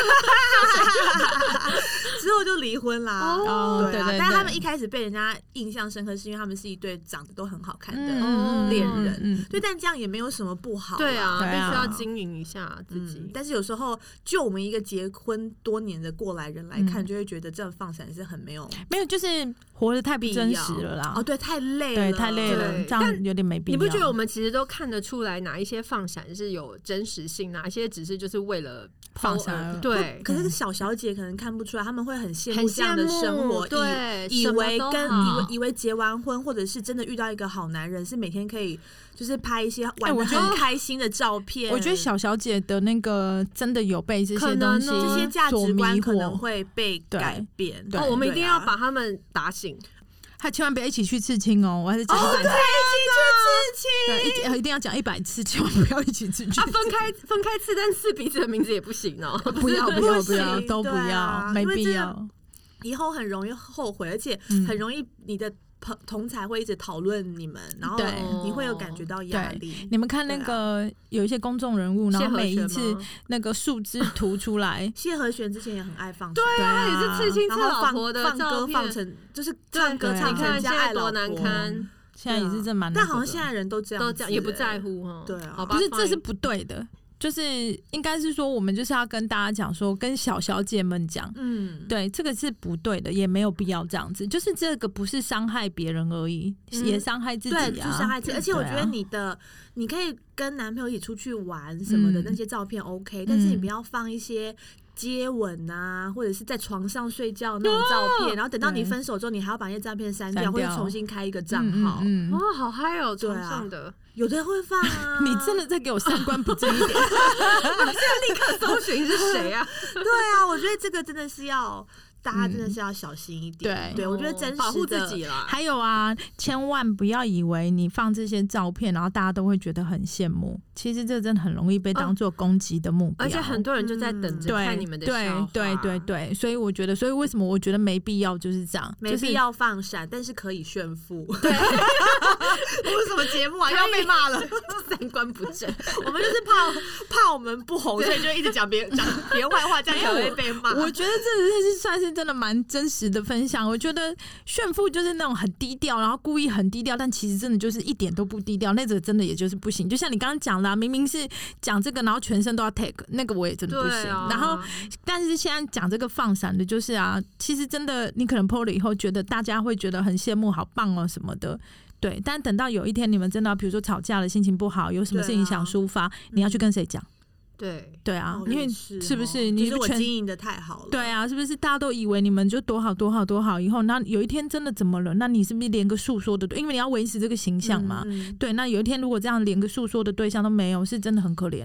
Speaker 1: 啊，之后就离婚啦。
Speaker 2: 哦，
Speaker 1: 对啊，
Speaker 2: 对对对，
Speaker 1: 但是他们一开始被人家印象深刻，是因为他们是一对长得都很好看的恋人。嗯嗯嗯、对，但这样也没有什么不好。
Speaker 3: 对啊，必须要经营一下自己、嗯。
Speaker 1: 但是有时候，就我们一个结婚多年的过来人来看，嗯、就会觉得这样放闪是很没有
Speaker 2: 没有，就是活得太不真实了啦。
Speaker 1: 哦，对，太累了，
Speaker 2: 对，太累了，这样有点没必要。
Speaker 3: 你不觉得我们其实都看得出来哪一些放闪是有真实性，哪一些只是就是为了
Speaker 2: 放闪？
Speaker 3: 对，
Speaker 1: 可是小小姐可能看不出来，他们会很羡慕这样的生活，
Speaker 3: 对，
Speaker 1: 以为跟以为以为结完婚或者是真的遇到一个好男人，是每天可以就是拍一些玩得很开心的照片。
Speaker 2: 我觉得小小姐的那个真的有被这些东西，
Speaker 1: 这些价值观可能会被改变。
Speaker 3: 哦，我们一定要把他们打醒。
Speaker 2: 还千万不要一起去刺青哦！我还是讲一百次，
Speaker 1: 哦，对，一起去
Speaker 2: 刺青，对，一一定要讲一百次，千万不要一起刺青。
Speaker 3: 啊，分开分开刺，但刺彼此的名字也不行哦！
Speaker 2: 不要不要不要，都不要，啊、没必要。
Speaker 1: 以后很容易后悔，而且很容易你的同才会一直讨论你们，然后你会有感觉到压力。
Speaker 2: 你们看那个、啊、有一些公众人物，然后每一次那个数字图出来，
Speaker 1: 谢和弦之前也很爱放，
Speaker 3: 对啊，也是刺青刺老婆的
Speaker 1: 放歌放成，就是唱歌唱成人家爱老婆，
Speaker 3: 难看。
Speaker 2: 现在也是真蛮，
Speaker 1: 但好像现在人都这样，
Speaker 3: 都这样也不在乎哈。
Speaker 1: 对啊，
Speaker 2: 不是，这是不对的。就是应该是说，我们就是要跟大家讲说，跟小小姐们讲，嗯，对，这个是不对的，也没有必要这样子。就是这个不是伤害别人而已，嗯、也伤害自己、啊，
Speaker 1: 对，就伤害自己。而且我觉得你的，啊、你可以跟男朋友一起出去玩什么的，嗯、那些照片 OK，、嗯、但是你不要放一些接吻啊，或者是在床上睡觉那种照片，哦、然后等到你分手之后，你还要把那些照片删掉，或者重新开一个账号。
Speaker 3: 嗯嗯嗯、哦，好嗨哦，床上的。
Speaker 1: 有的人会放啊！
Speaker 2: 你真的在给我三观不正一点？
Speaker 3: 我现在立刻搜寻是谁啊？
Speaker 1: 对啊，我觉得这个真的是要大家真的是要小心一点。
Speaker 2: 嗯、
Speaker 1: 对，对我觉得真实的
Speaker 3: 保护自己啦。
Speaker 2: 还有啊，千万不要以为你放这些照片，然后大家都会觉得很羡慕。其实这真的很容易被当作攻击的目标，
Speaker 3: 而且很多人就在等着看你们的笑话。
Speaker 2: 对对对对，所以我觉得，所以为什么我觉得没必要就是这样，
Speaker 1: 没必要放闪，但是可以炫富。对，我们什么节目啊？要被骂了，
Speaker 3: 三观不正。
Speaker 1: 我们就是怕怕我们不红，所以就一直讲别人讲别人坏话，这样可能会被骂。
Speaker 2: 我觉得这是算是真的蛮真实的分享。我觉得炫富就是那种很低调，然后故意很低调，但其实真的就是一点都不低调，那个真的也就是不行。就像你刚刚讲的。明明是讲这个，然后全身都要 take， 那个我也真的不行。啊、然后，但是现在讲这个放闪的，就是啊，其实真的你可能 po 了以后，觉得大家会觉得很羡慕，好棒哦什么的。对，但等到有一天你们真的，比如说吵架了，心情不好，有什么事情想抒发，啊、你要去跟谁讲？
Speaker 3: 对
Speaker 2: 对啊，
Speaker 1: 哦、
Speaker 2: 因为
Speaker 1: 是
Speaker 2: 是不是你
Speaker 1: 我经营的太好了？
Speaker 2: 对啊，是不是大家都以为你们就多好多好多好？以后那有一天真的怎么了？那你是不是连个诉说的对？因为你要维持这个形象嘛。嗯嗯对，那有一天如果这样连个诉说的对象都没有，是真的很可怜哎、欸。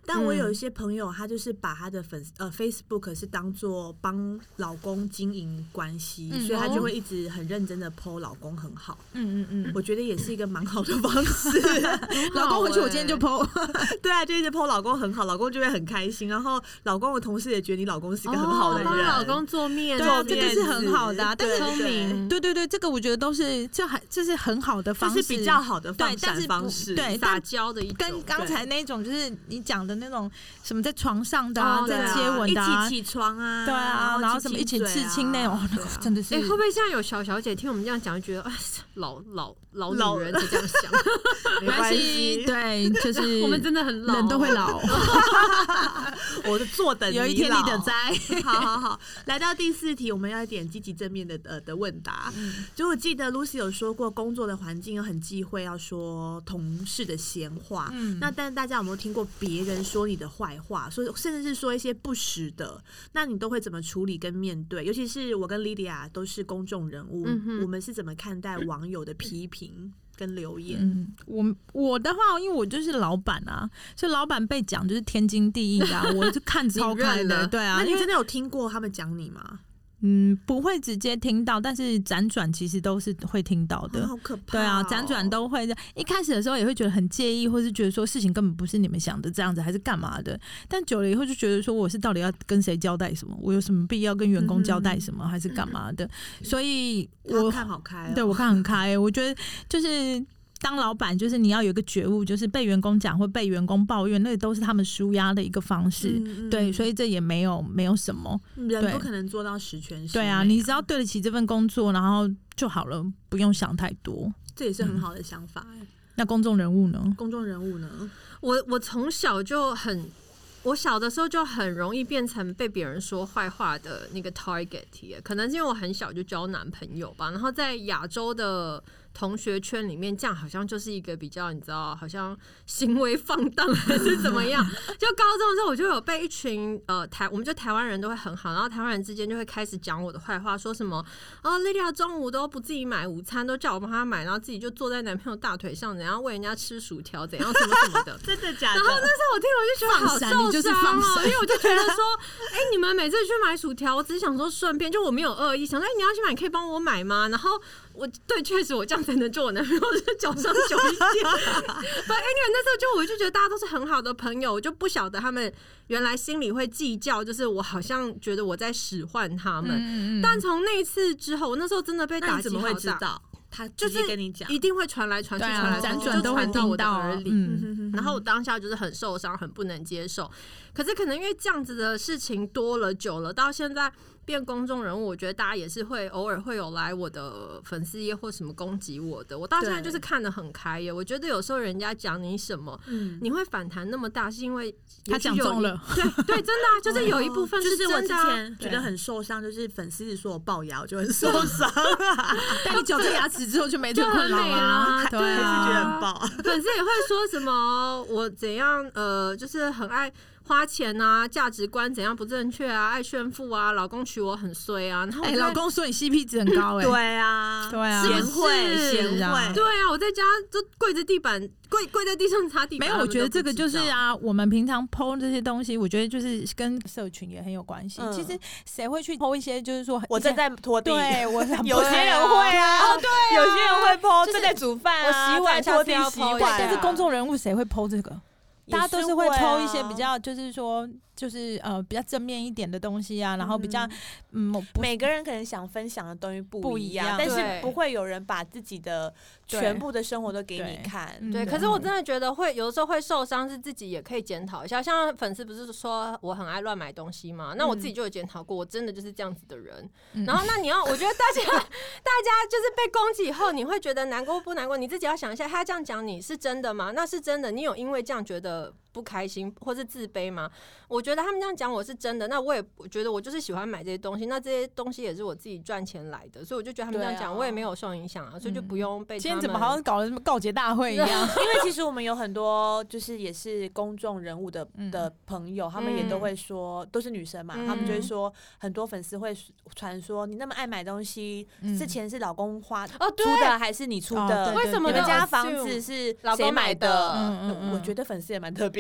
Speaker 1: 但我有一些朋友，他就是把他的粉呃 Facebook 是当做帮老公经营关系，嗯、所以他就会一直很认真的 po 老公很好。嗯嗯嗯，我觉得也是一个蛮好的方式。
Speaker 2: 老公回去我今天就 po，
Speaker 1: 对啊，就一直 po 老公很好，老公就会很开心。然后老公的同事也觉得你老公是一个很好的人，帮、哦、
Speaker 3: 老公做面子，
Speaker 2: 对，这个是很好的、啊。但是
Speaker 3: 聪明，
Speaker 2: 对对对，这个我觉得都是这还这是很好的方式，
Speaker 1: 这是比较好的放闪方式，
Speaker 2: 对，
Speaker 3: 撒娇的一种。
Speaker 2: 跟刚才那种就是你讲的那种什么在床上的啊，哦、在接吻的、啊，
Speaker 1: 一起起床啊，
Speaker 2: 对啊，然后什么一起刺青那种，那个真的是。
Speaker 3: 哎、欸，会不会现在有小小姐听我们这样讲，就觉得哎，老老老女人才这样想？
Speaker 2: 没关系，对，就是
Speaker 3: 我们真的很老，
Speaker 2: 人都会老。
Speaker 1: 我的坐等
Speaker 2: 有一天你得在。
Speaker 1: 好好好，来到第四题，我们要一点积极正面的呃的问答。嗯、就我记得 Lucy 有说过，工作的环境很忌讳要说同事的闲话。嗯，那但大家有没有听过别人说你的坏话，说甚至是说一些不实的？那你都会怎么处理跟面对？尤其是我跟 Lydia 都是公众人物，嗯、我们是怎么看待网友的批评跟留言？
Speaker 2: 嗯，我我的话，因为我就是老板啊，所以老板被讲就是天经地义的、啊，我就看超开的。对啊，
Speaker 1: 那你真的有听过他们讲你吗？
Speaker 2: 嗯，不会直接听到，但是辗转其实都是会听到的。
Speaker 1: 哦、好可怕、哦！
Speaker 2: 对啊，辗转都会。一开始的时候也会觉得很介意，或是觉得说事情根本不是你们想的这样子，还是干嘛的。但久了以后就觉得说，我是到底要跟谁交代什么？我有什么必要跟员工交代什么，嗯、还是干嘛的？所以我
Speaker 1: 看好开、哦，
Speaker 2: 对我看很开、欸。我觉得就是。当老板就是你要有一个觉悟，就是被员工讲或被员工抱怨，那个都是他们抒压的一个方式。嗯嗯对，所以这也没有没有什么，
Speaker 1: 人不可能做到十全十美、啊。
Speaker 2: 对啊，你只要对得起这份工作，然后就好了，不用想太多。
Speaker 1: 这也是很好的想法、欸
Speaker 2: 嗯。那公众人物呢？
Speaker 1: 公众人物呢？
Speaker 3: 我我从小就很，我小的时候就很容易变成被别人说坏话的那个 target， 可能是因为我很小就交男朋友吧，然后在亚洲的同学圈里面，这样好像就是一个比较，你知道，好像行为放荡还是怎么样？就高中的时候，我就有被一群呃台，我们就台湾人都会很好，然后台湾人之间就会开始讲我的坏话，说什么哦 ，Lydia 中午都不自己买午餐，都叫我帮他买，然后自己就坐在男朋友大腿上，怎样喂人家吃薯条，怎样什么什么的，
Speaker 1: 真的假的？
Speaker 3: 然后那时候我听我就觉得好受伤哦，因为我就觉得说，哎、欸，你们每次去买薯条，我只是想说顺便，就我没有恶意，想说哎、欸、你要去买，你可以帮我买吗？然后。我对，确实我这样才能做我男朋友的脚上久一点。反正那时候就我就觉得大家都是很好的朋友，我就不晓得他们原来心里会计较，就是我好像觉得我在使唤他们。嗯嗯但从那一次之后，我那时候真的被打击好大。
Speaker 1: 那你怎么会知道？他就是跟你讲，
Speaker 3: 一定会传来传去，传来传去，就传到我的耳里。嗯、然后我当下就是很受伤，很不能接受。可是可能因为这样子的事情多了久了，到现在变公众人物，我觉得大家也是会偶尔会有来我的粉丝页或什么攻击我的。我到现在就是看得很开耶。我觉得有时候人家讲你什么，嗯、你会反弹那么大，是因为
Speaker 2: 他讲中了。
Speaker 3: 对对，真的啊，就是有一部分是真的、啊。
Speaker 1: 就是我之前觉得很受伤，就是粉丝说我龅牙，我就很受伤。
Speaker 2: 但你矫正牙齿之后就没这个困扰
Speaker 3: 啦，
Speaker 1: 对啊，还是觉得很爆。
Speaker 3: 粉丝也会说什么我怎样呃，就是很爱花钱啊，价值观怎样不正确啊，爱炫富啊，老公娶我很衰啊，然后哎、
Speaker 2: 欸，老公说你 C P 值很高哎、欸，
Speaker 1: 对啊，
Speaker 2: 对啊，
Speaker 1: 贤惠贤惠，
Speaker 3: 对啊，我在家就跪着地板跪跪在地上擦地板。
Speaker 2: 没有，我觉得这个就是啊，我们平常 po 这些东西，我觉得就是跟社群也很有关系。嗯、其实谁会去 po 一些，就是说
Speaker 1: 我正在拖地，
Speaker 2: 对我
Speaker 1: 有些人会啊，
Speaker 2: 哦对啊，
Speaker 1: 有些人会 po
Speaker 2: 正
Speaker 1: 在煮饭啊，
Speaker 3: 我洗碗
Speaker 1: 拖地洗碗、啊，
Speaker 2: 但是公众人物谁会 po 这个？大家都是会 po 一些比较，就是说，就是呃比较正面一点的东西啊，然后比较嗯，
Speaker 1: 每个人可能想分享的东西不一样，但是不会有人把自己的全部的生活都给你看。
Speaker 3: 对，可是我真的觉得会有的时候会受伤，是自己也可以检讨一下。像粉丝不是说我很爱乱买东西嘛，那我自己就有检讨过，我真的就是这样子的人。然后那你要，我觉得大家大家就是被攻击以后，你会觉得难过不难过？你自己要想一下，他这样讲你是真的吗？那是真的，你有因为这样觉得不开心或是自卑吗？我觉得他们这样讲我是真的，那我也觉得我就是喜欢买这些东西，那这些东西也是我自己赚钱来的，所以我就觉得他们这样讲、啊、我也没有受影响啊，所以就不用被他们。
Speaker 2: 今天怎么好像搞得什么告解大会一样？
Speaker 1: 因为其实我们有很多就是也是公众人物的的朋友，他们也都会说，都是女生嘛，嗯、他们就会说很多粉丝会传说你那么爱买东西，嗯、这钱是老公花出的还是你出的？
Speaker 3: 为什么
Speaker 1: 你们家房子是谁买的？
Speaker 2: 嗯嗯嗯、
Speaker 1: 我觉得粉丝也蛮特别。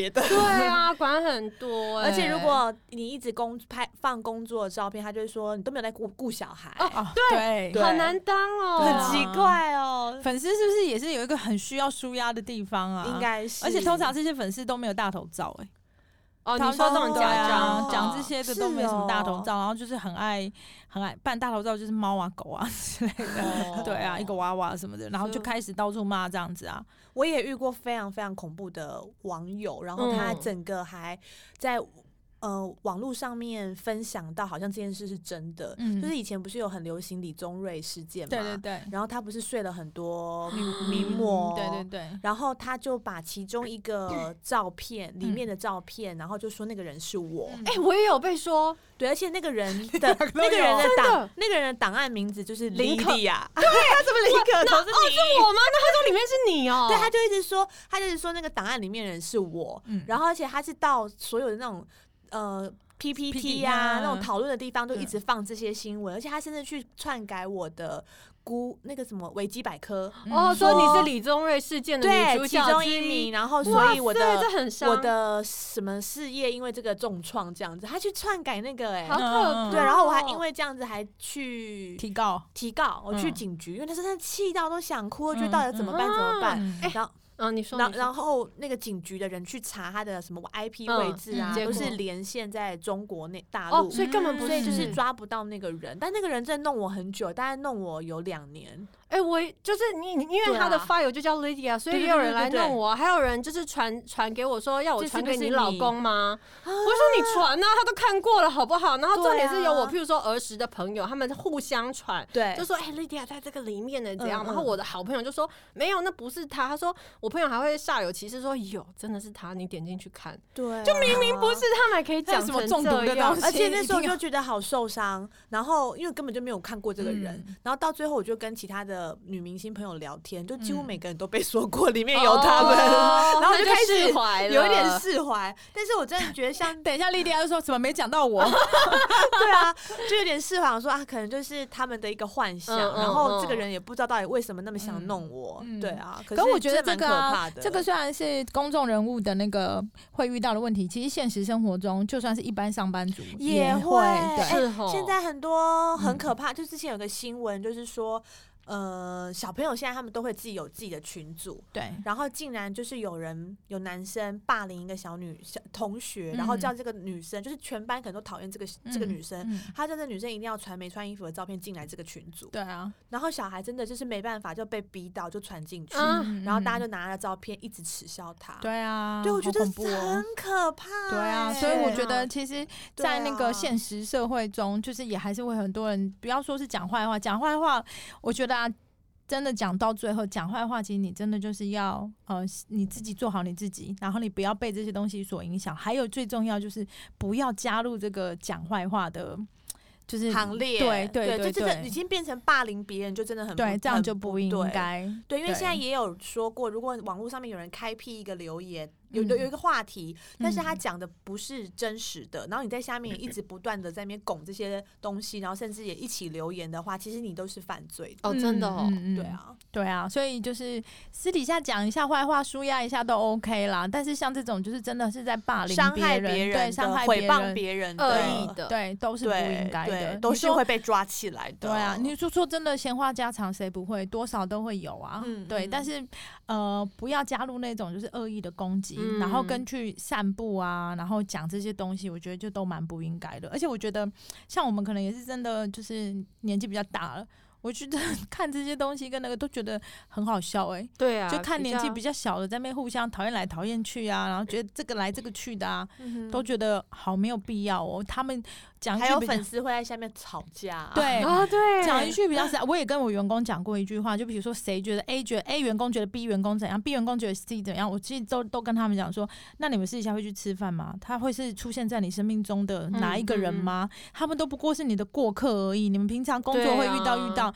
Speaker 1: 别的。
Speaker 3: 对啊，管很多、欸。
Speaker 1: 而且如果你一直工拍放工作的照片，他就会说你都没有在顾顾小孩。
Speaker 3: 哦，
Speaker 2: 对
Speaker 3: 对，好难当哦，
Speaker 1: 很奇怪哦。
Speaker 2: 粉丝是不是也是有一个很需要抒压的地方啊？
Speaker 1: 应该是，
Speaker 2: 而且通常这些粉丝都没有大头照、欸，
Speaker 3: 哦，你说这种假
Speaker 2: 装讲、
Speaker 3: 哦、
Speaker 2: 这些的都没什么大头照，然后就是很爱很爱办大头照，就是猫啊狗啊之类的，哦、对啊，一个娃娃什么的，然后就开始到处骂这样子啊。
Speaker 1: 我也遇过非常非常恐怖的网友，然后他整个还在。呃，网络上面分享到好像这件事是真的，嗯、就是以前不是有很流行李宗瑞事件嘛？
Speaker 2: 对对对。
Speaker 1: 然后他不是睡了很多名模、
Speaker 2: 嗯，对对对。
Speaker 1: 然后他就把其中一个照片、嗯、里面的照片，然后就说那个人是我。
Speaker 3: 哎、嗯欸，我也有被说，
Speaker 1: 对，而且那个人的那个人的档那个人的档案名字就是林可亚，
Speaker 3: 对啊，
Speaker 1: 怎么林可头是你？
Speaker 3: 哦，是我吗？那他说里面是你哦。
Speaker 1: 对，他就一直说，他就是说那个档案里面的人是我，嗯、然后而且他是到所有的那种。呃 ，P P T 呀、啊，那种讨论的地方都一直放这些新闻，嗯、而且他甚至去篡改我的估那个什么维基百科，
Speaker 3: 哦，说你是李宗瑞事件的女主角
Speaker 1: 其中一名，然后所以我的
Speaker 3: 这
Speaker 1: 我的什么事业因为这个重创这样子，他去篡改那个、欸，哎，
Speaker 3: 好可怕。
Speaker 1: 对，然后我还因为这样子还去
Speaker 2: 提告
Speaker 1: 提告，我去警局，嗯、因为他真的气到都想哭，我觉得到底怎么办、嗯、怎么办？
Speaker 3: 哎、嗯，
Speaker 1: 然后。
Speaker 3: 嗯，你说，
Speaker 1: 然然后那个警局的人去查他的什么 I P 位置啊，都、嗯、是连线在中国内大陆、
Speaker 3: 哦，所以根本不是，
Speaker 1: 所以就是抓不到那个人。但那个人真的弄我很久，大概弄我有两年。
Speaker 3: 哎、欸，我就是你，因为他的 file 就叫 Lydia，、啊、所以也有人来弄我，还有人就是传传给我说要我传给你老公吗？是是我说你传啊，他都看过了好不好？然后重点是有我，譬如说儿时的朋友，他们互相传，
Speaker 1: 对，
Speaker 3: 就说哎、欸、，Lydia 在这个里面呢，怎样、嗯？然后我的好朋友就说没有，那不是他。他说我朋友还会煞有其事说有，真的是他，你点进去看，
Speaker 1: 对、啊，
Speaker 3: 就明明不是他们还可以讲
Speaker 2: 什么中毒的东西，
Speaker 1: 而且那时候就觉得好受伤。然后因为根本就没有看过这个人，嗯、然后到最后我就跟其他的女明星朋友聊天，就几乎每个人都被说过里面有他们，
Speaker 3: 哦、
Speaker 1: 然后我就开始
Speaker 3: 释怀，
Speaker 1: 有一点释怀。但是我真的觉得像
Speaker 2: 等一下莉莉亚就说怎么没讲到我？
Speaker 1: 对啊，就有点释怀，说啊，可能就是他们的一个幻想，嗯、然后这个人也不知道到底为什么那么想弄我。嗯、对啊，可是
Speaker 2: 我觉得这个、
Speaker 1: 啊、
Speaker 2: 这个虽然是公众人物的那个会遇到的问题，其实现实生活中就算是一般上班族也会。对，
Speaker 1: 欸、现在很多很可怕，嗯、就之前有个新闻，就是说。呃，小朋友现在他们都会自己有自己的群组，
Speaker 2: 对，
Speaker 1: 然后竟然就是有人有男生霸凌一个小女小同学，嗯、然后叫这个女生，就是全班可能都讨厌这个、嗯、这个女生，嗯、他叫这个女生一定要传没穿衣服的照片进来这个群组，
Speaker 2: 对啊，
Speaker 1: 然后小孩真的就是没办法就被逼到就传进去，嗯、然后大家就拿了照片一直耻笑他，
Speaker 2: 对啊，
Speaker 1: 对我觉得
Speaker 2: 很
Speaker 1: 可怕，欸，
Speaker 2: 对啊，所以我觉得其实，在那个现实社会中，就是也还是会很多人，不要说是讲坏话，讲坏话，我觉得。真的讲到最后，讲坏话，其实你真的就是要呃，你自己做好你自己，然后你不要被这些东西所影响。还有最重要就是不要加入这个讲坏话的，就是
Speaker 1: 行列。
Speaker 2: 对对 对, 对，
Speaker 1: 就真的已经变成霸凌别人，就真的很
Speaker 2: 对，这样就不应该。
Speaker 1: 对，因为现在也有说过，如果网络上面有人开辟一个留言。有有有一个话题，但是他讲的不是真实的，嗯、然后你在下面也一直不断的在那边拱这些东西，然后甚至也一起留言的话，其实你都是犯罪的
Speaker 3: 哦，真的哦，
Speaker 2: 嗯、
Speaker 1: 对啊，
Speaker 2: 对啊，所以就是私底下讲一下坏话，抒压一下都 OK 啦。但是像这种就是真的是在霸凌
Speaker 1: 伤害别人、
Speaker 2: 对伤害
Speaker 1: 诽谤别人、
Speaker 3: 恶意的，
Speaker 2: 对，都是不应该的，
Speaker 1: 都是会被抓起来的。
Speaker 2: 对啊，你说说真的，闲话家常谁不会？多少都会有啊。嗯、对，嗯、但是呃，不要加入那种就是恶意的攻击，嗯、然后根据。散步啊，然后讲这些东西，我觉得就都蛮不应该的。而且我觉得，像我们可能也是真的，就是年纪比较大了，我觉得看这些东西跟那个都觉得很好笑哎、欸。
Speaker 3: 对啊，
Speaker 2: 就看年纪比较小的在那边互相讨厌来讨厌去啊，然后觉得这个来这个去的啊，嗯、都觉得好没有必要哦。他们讲
Speaker 1: 还有粉丝会在下面吵架、啊，
Speaker 2: 对
Speaker 3: 啊，对，
Speaker 2: 讲一句比较实在。我也跟我员工讲过一句话，就比如说谁觉得 A 觉得 A 员工觉得 B 员工怎样 ，B 员工觉得 C 怎样，我其实都都跟他们讲说，那你们私底下会去吃饭吗？他会是出现在你生命中的哪一个人吗？嗯嗯、他们都不过是你的过客而已，你们平常工作会遇到遇到。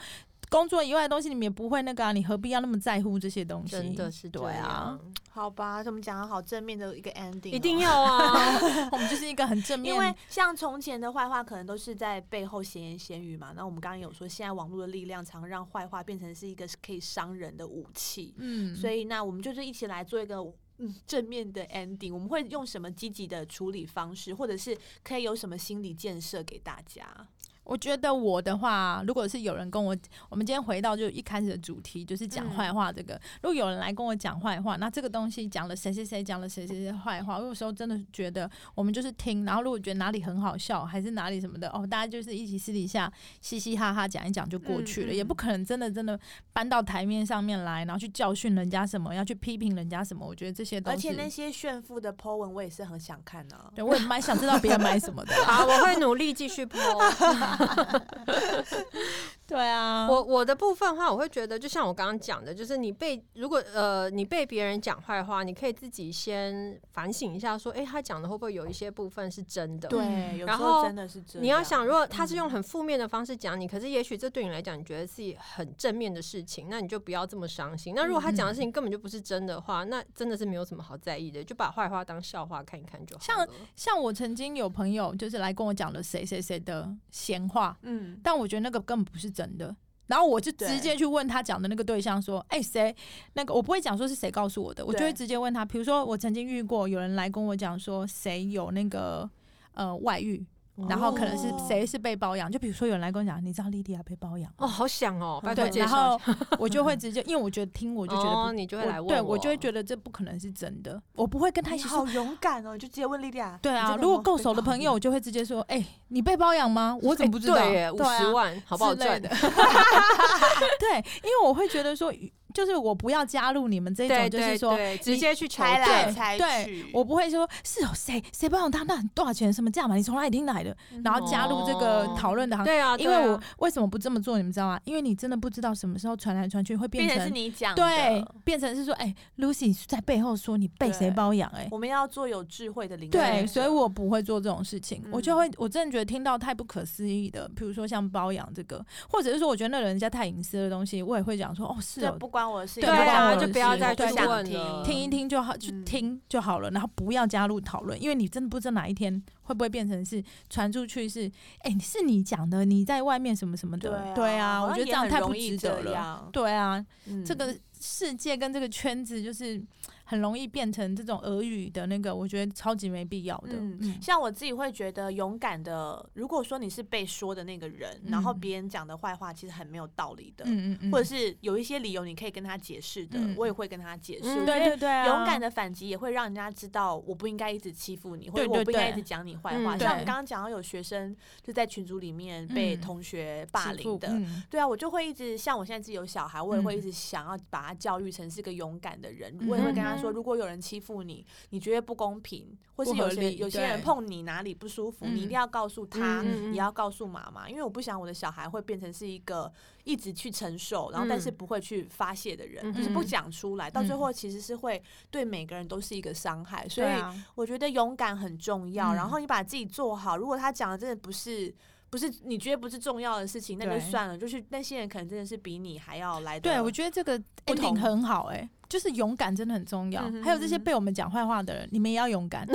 Speaker 2: 工作以外的东西你们也不会那个啊，你何必要那么在乎这些东西？
Speaker 3: 真的是这样，
Speaker 2: 对啊，
Speaker 1: 好吧，我们讲的好正面的一个 ending，、哦、
Speaker 3: 一定要啊！
Speaker 2: 我们就是一个很正面，
Speaker 1: 因为像从前的坏话可能都是在背后闲言闲语嘛，那我们刚刚有说，现在网络的力量常让坏话变成是一个可以伤人的武器，嗯，所以那我们就是一起来做一个。嗯，正面的 ending， 我们会用什么积极的处理方式，或者是可以有什么心理建设给大家？
Speaker 2: 我觉得我的话，如果是有人跟我，我们今天回到就一开始的主题，就是讲坏话这个、嗯。如果有人来跟我讲坏话，那这个东西讲了谁谁谁讲了谁谁谁坏话，我有时候真的觉得我们就是听，然后如果觉得哪里很好笑，还是哪里什么的，哦，大家就是一起私底下嘻嘻哈哈讲一讲就过去了、嗯嗯，也不可能真的真的搬到台面上面来，然后去教训人家什么，要去批评人家什么。我觉得这些都是，
Speaker 1: 而且那些炫富的 po 文，我也是很想看啊。
Speaker 2: 对，我也蛮想知道别人买什么的。
Speaker 3: 好，我会努力继续 po。
Speaker 2: 对啊，
Speaker 3: 我我的部分的话，我会觉得就像我刚刚讲的，就是你被如果呃你被别人讲坏话，你可以自己先反省一下，说，哎、欸，他讲的会不会有一些部分是真的？
Speaker 1: 对，有时候真的是真的。
Speaker 3: 你要想，如果他是用很负面的方式讲你，可是也许这对你来讲，你觉得是很正面的事情，那你就不要这么伤心。那如果他讲的事情根本就不是真的话，那真的是没有什么好在意的，就把坏话当笑话看一看就好了。
Speaker 2: 像像我曾经有朋友就是来跟我讲了谁谁谁的闲话，嗯，但我觉得那个根本不是真的。然后我就直接去问他讲的那个对象说：“哎，谁？那个我不会讲说是谁告诉我的，我就会直接问他。比如说，我曾经遇过有人来跟我讲说，谁有那个呃外遇。”然后可能是谁是被包养，就比如说有人来跟我讲，你知道莉莉亚被包养
Speaker 3: 哦，好想哦，拜
Speaker 2: 托介绍。然后我就会直接，因为我觉得听我就觉得不，
Speaker 3: 哦、你就会来问我，
Speaker 2: 对我就会觉得这不可能是真的，我不会跟他一起说。
Speaker 1: 好勇敢哦，你就直接问莉莉亚。
Speaker 2: 对啊，如果够熟的朋友，我就会直接说，哎、欸，你被包养吗？我怎么不知道？
Speaker 3: 对耶，五十万、啊、好不好赚的？
Speaker 2: 对，因为我会觉得说。就是我不要加入你们这种，就是说
Speaker 3: 对对对直接去
Speaker 1: 猜来猜去，
Speaker 2: 对，我不会说是有谁谁包养他，那多少钱，什么价码，你从哪里听来的，然后加入这个讨论的行列。
Speaker 3: 对啊，
Speaker 2: 因为我为什么不这么做，你们知道吗？因为你真的不知道什么时候传来传去会变成,
Speaker 1: 变成是你讲的，
Speaker 2: 对，变成是说，哎、欸、，Lucy 在背后说你被谁包养，哎，
Speaker 1: 我们要做有智慧的领域。
Speaker 2: 对，所以我不会做这种事情，嗯、我就会，我真的觉得听到太不可思议的，比如说像包养这个，或者是说我觉得那人家太隐私的东西，我也会讲说，哦，是哦，
Speaker 1: 这不关我的事，
Speaker 3: 对啊，就不要再去问
Speaker 2: 了，听一听就好，就听就好了，然后不要加入讨论，因为你真的不知道哪一天会不会变成是传出去是，哎、欸，是你讲的，你在外面什么什么的，对啊，对啊，我觉得这样太不值得了，对啊，嗯、这个世界跟这个圈子就是很容易变成这种俄语的那个，我觉得超级没必要的。嗯
Speaker 1: 嗯、像我自己会觉得勇敢的，如果说你是被说的那个人，嗯、然后别人讲的坏话其实很没有道理的，嗯嗯嗯，或者是有一些理由你可以跟他解释的，嗯、我也会跟他解释。嗯、
Speaker 2: 对对对、啊，
Speaker 1: 勇敢的反击也会让人家知道我不应该一直欺负你，或者我不应该一直讲你坏话。
Speaker 2: 对对对，
Speaker 1: 像我们刚刚讲到有学生就在群组里面被同学霸凌的，嗯、对啊，我就会一直像我现在自己有小孩，我也会一直想要把他教育成是个勇敢的人，嗯、我也会跟他说，如果有人欺负你，你觉得不公平，或是有些有些人碰你哪里不舒服，你一定要告诉他，嗯、也要告诉妈妈，因为我不想我的小孩会变成是一个一直去承受，然后但是不会去发泄的人，嗯、就是不讲出来，到最后其实是会对每个人都是一个伤害。所以我觉得勇敢很重要，然后你把自己做好。如果他讲的真的不是。不是你觉得不是重要的事情，那就算了。就是那些人可能真的是比你还要来的。
Speaker 2: 对，我觉得这个 ending 很好哎、欸，就是勇敢真的很重要。嗯、还有这些被我们讲坏话的人，你们也要勇敢。就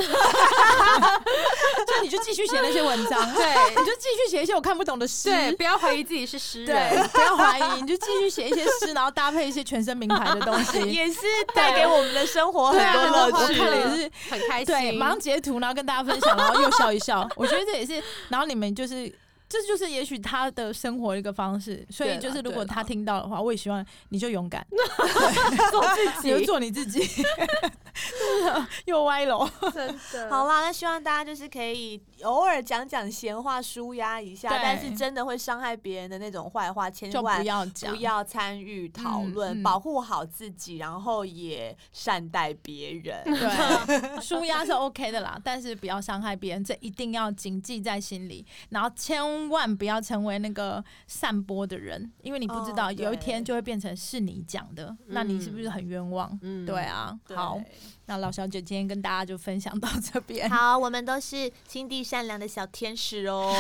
Speaker 2: 你就继续写那些文章，
Speaker 3: 对，
Speaker 2: 你就继续写一些我看不懂的诗，
Speaker 3: 对，不要怀疑自己是诗人，
Speaker 2: 对，不要怀疑，你就继续写一些诗，然后搭配一些全身名牌的东西，
Speaker 1: 也是带给我们的生活很多乐趣。
Speaker 2: 我看了也是
Speaker 3: 很开心，
Speaker 2: 对，马上截图，然后跟大家分享，然后又笑一笑。我觉得这也是，然后你们就是。这就是也许他的生活一个方式，所以就是如果他听到的话，我也希望你就勇敢
Speaker 3: 做自己，
Speaker 2: 你就做你自己，又歪楼，
Speaker 3: 真的。
Speaker 1: 好啦，那希望大家就是可以偶尔讲讲闲话，抒压一下，但是真的会伤害别人的那种坏话，千万
Speaker 2: 不要讲，
Speaker 1: 不要参与讨论，嗯嗯、保护好自己，然后也善待别人。
Speaker 2: 对，抒压是 OK 的啦，但是不要伤害别人，这一定要谨记在心里，然后千万不要成为那个散播的人，因为你不知道、哦、有一天就会变成是你讲的、嗯，那你是不是很冤枉？嗯，对啊，对，好。 那老小姐今天跟大家就分享到这边。
Speaker 1: 好，我们都是心地善良的小天使哦，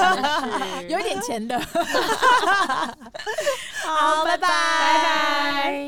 Speaker 3: 是
Speaker 2: 有一点钱的。
Speaker 1: 好，拜拜，
Speaker 2: 拜拜。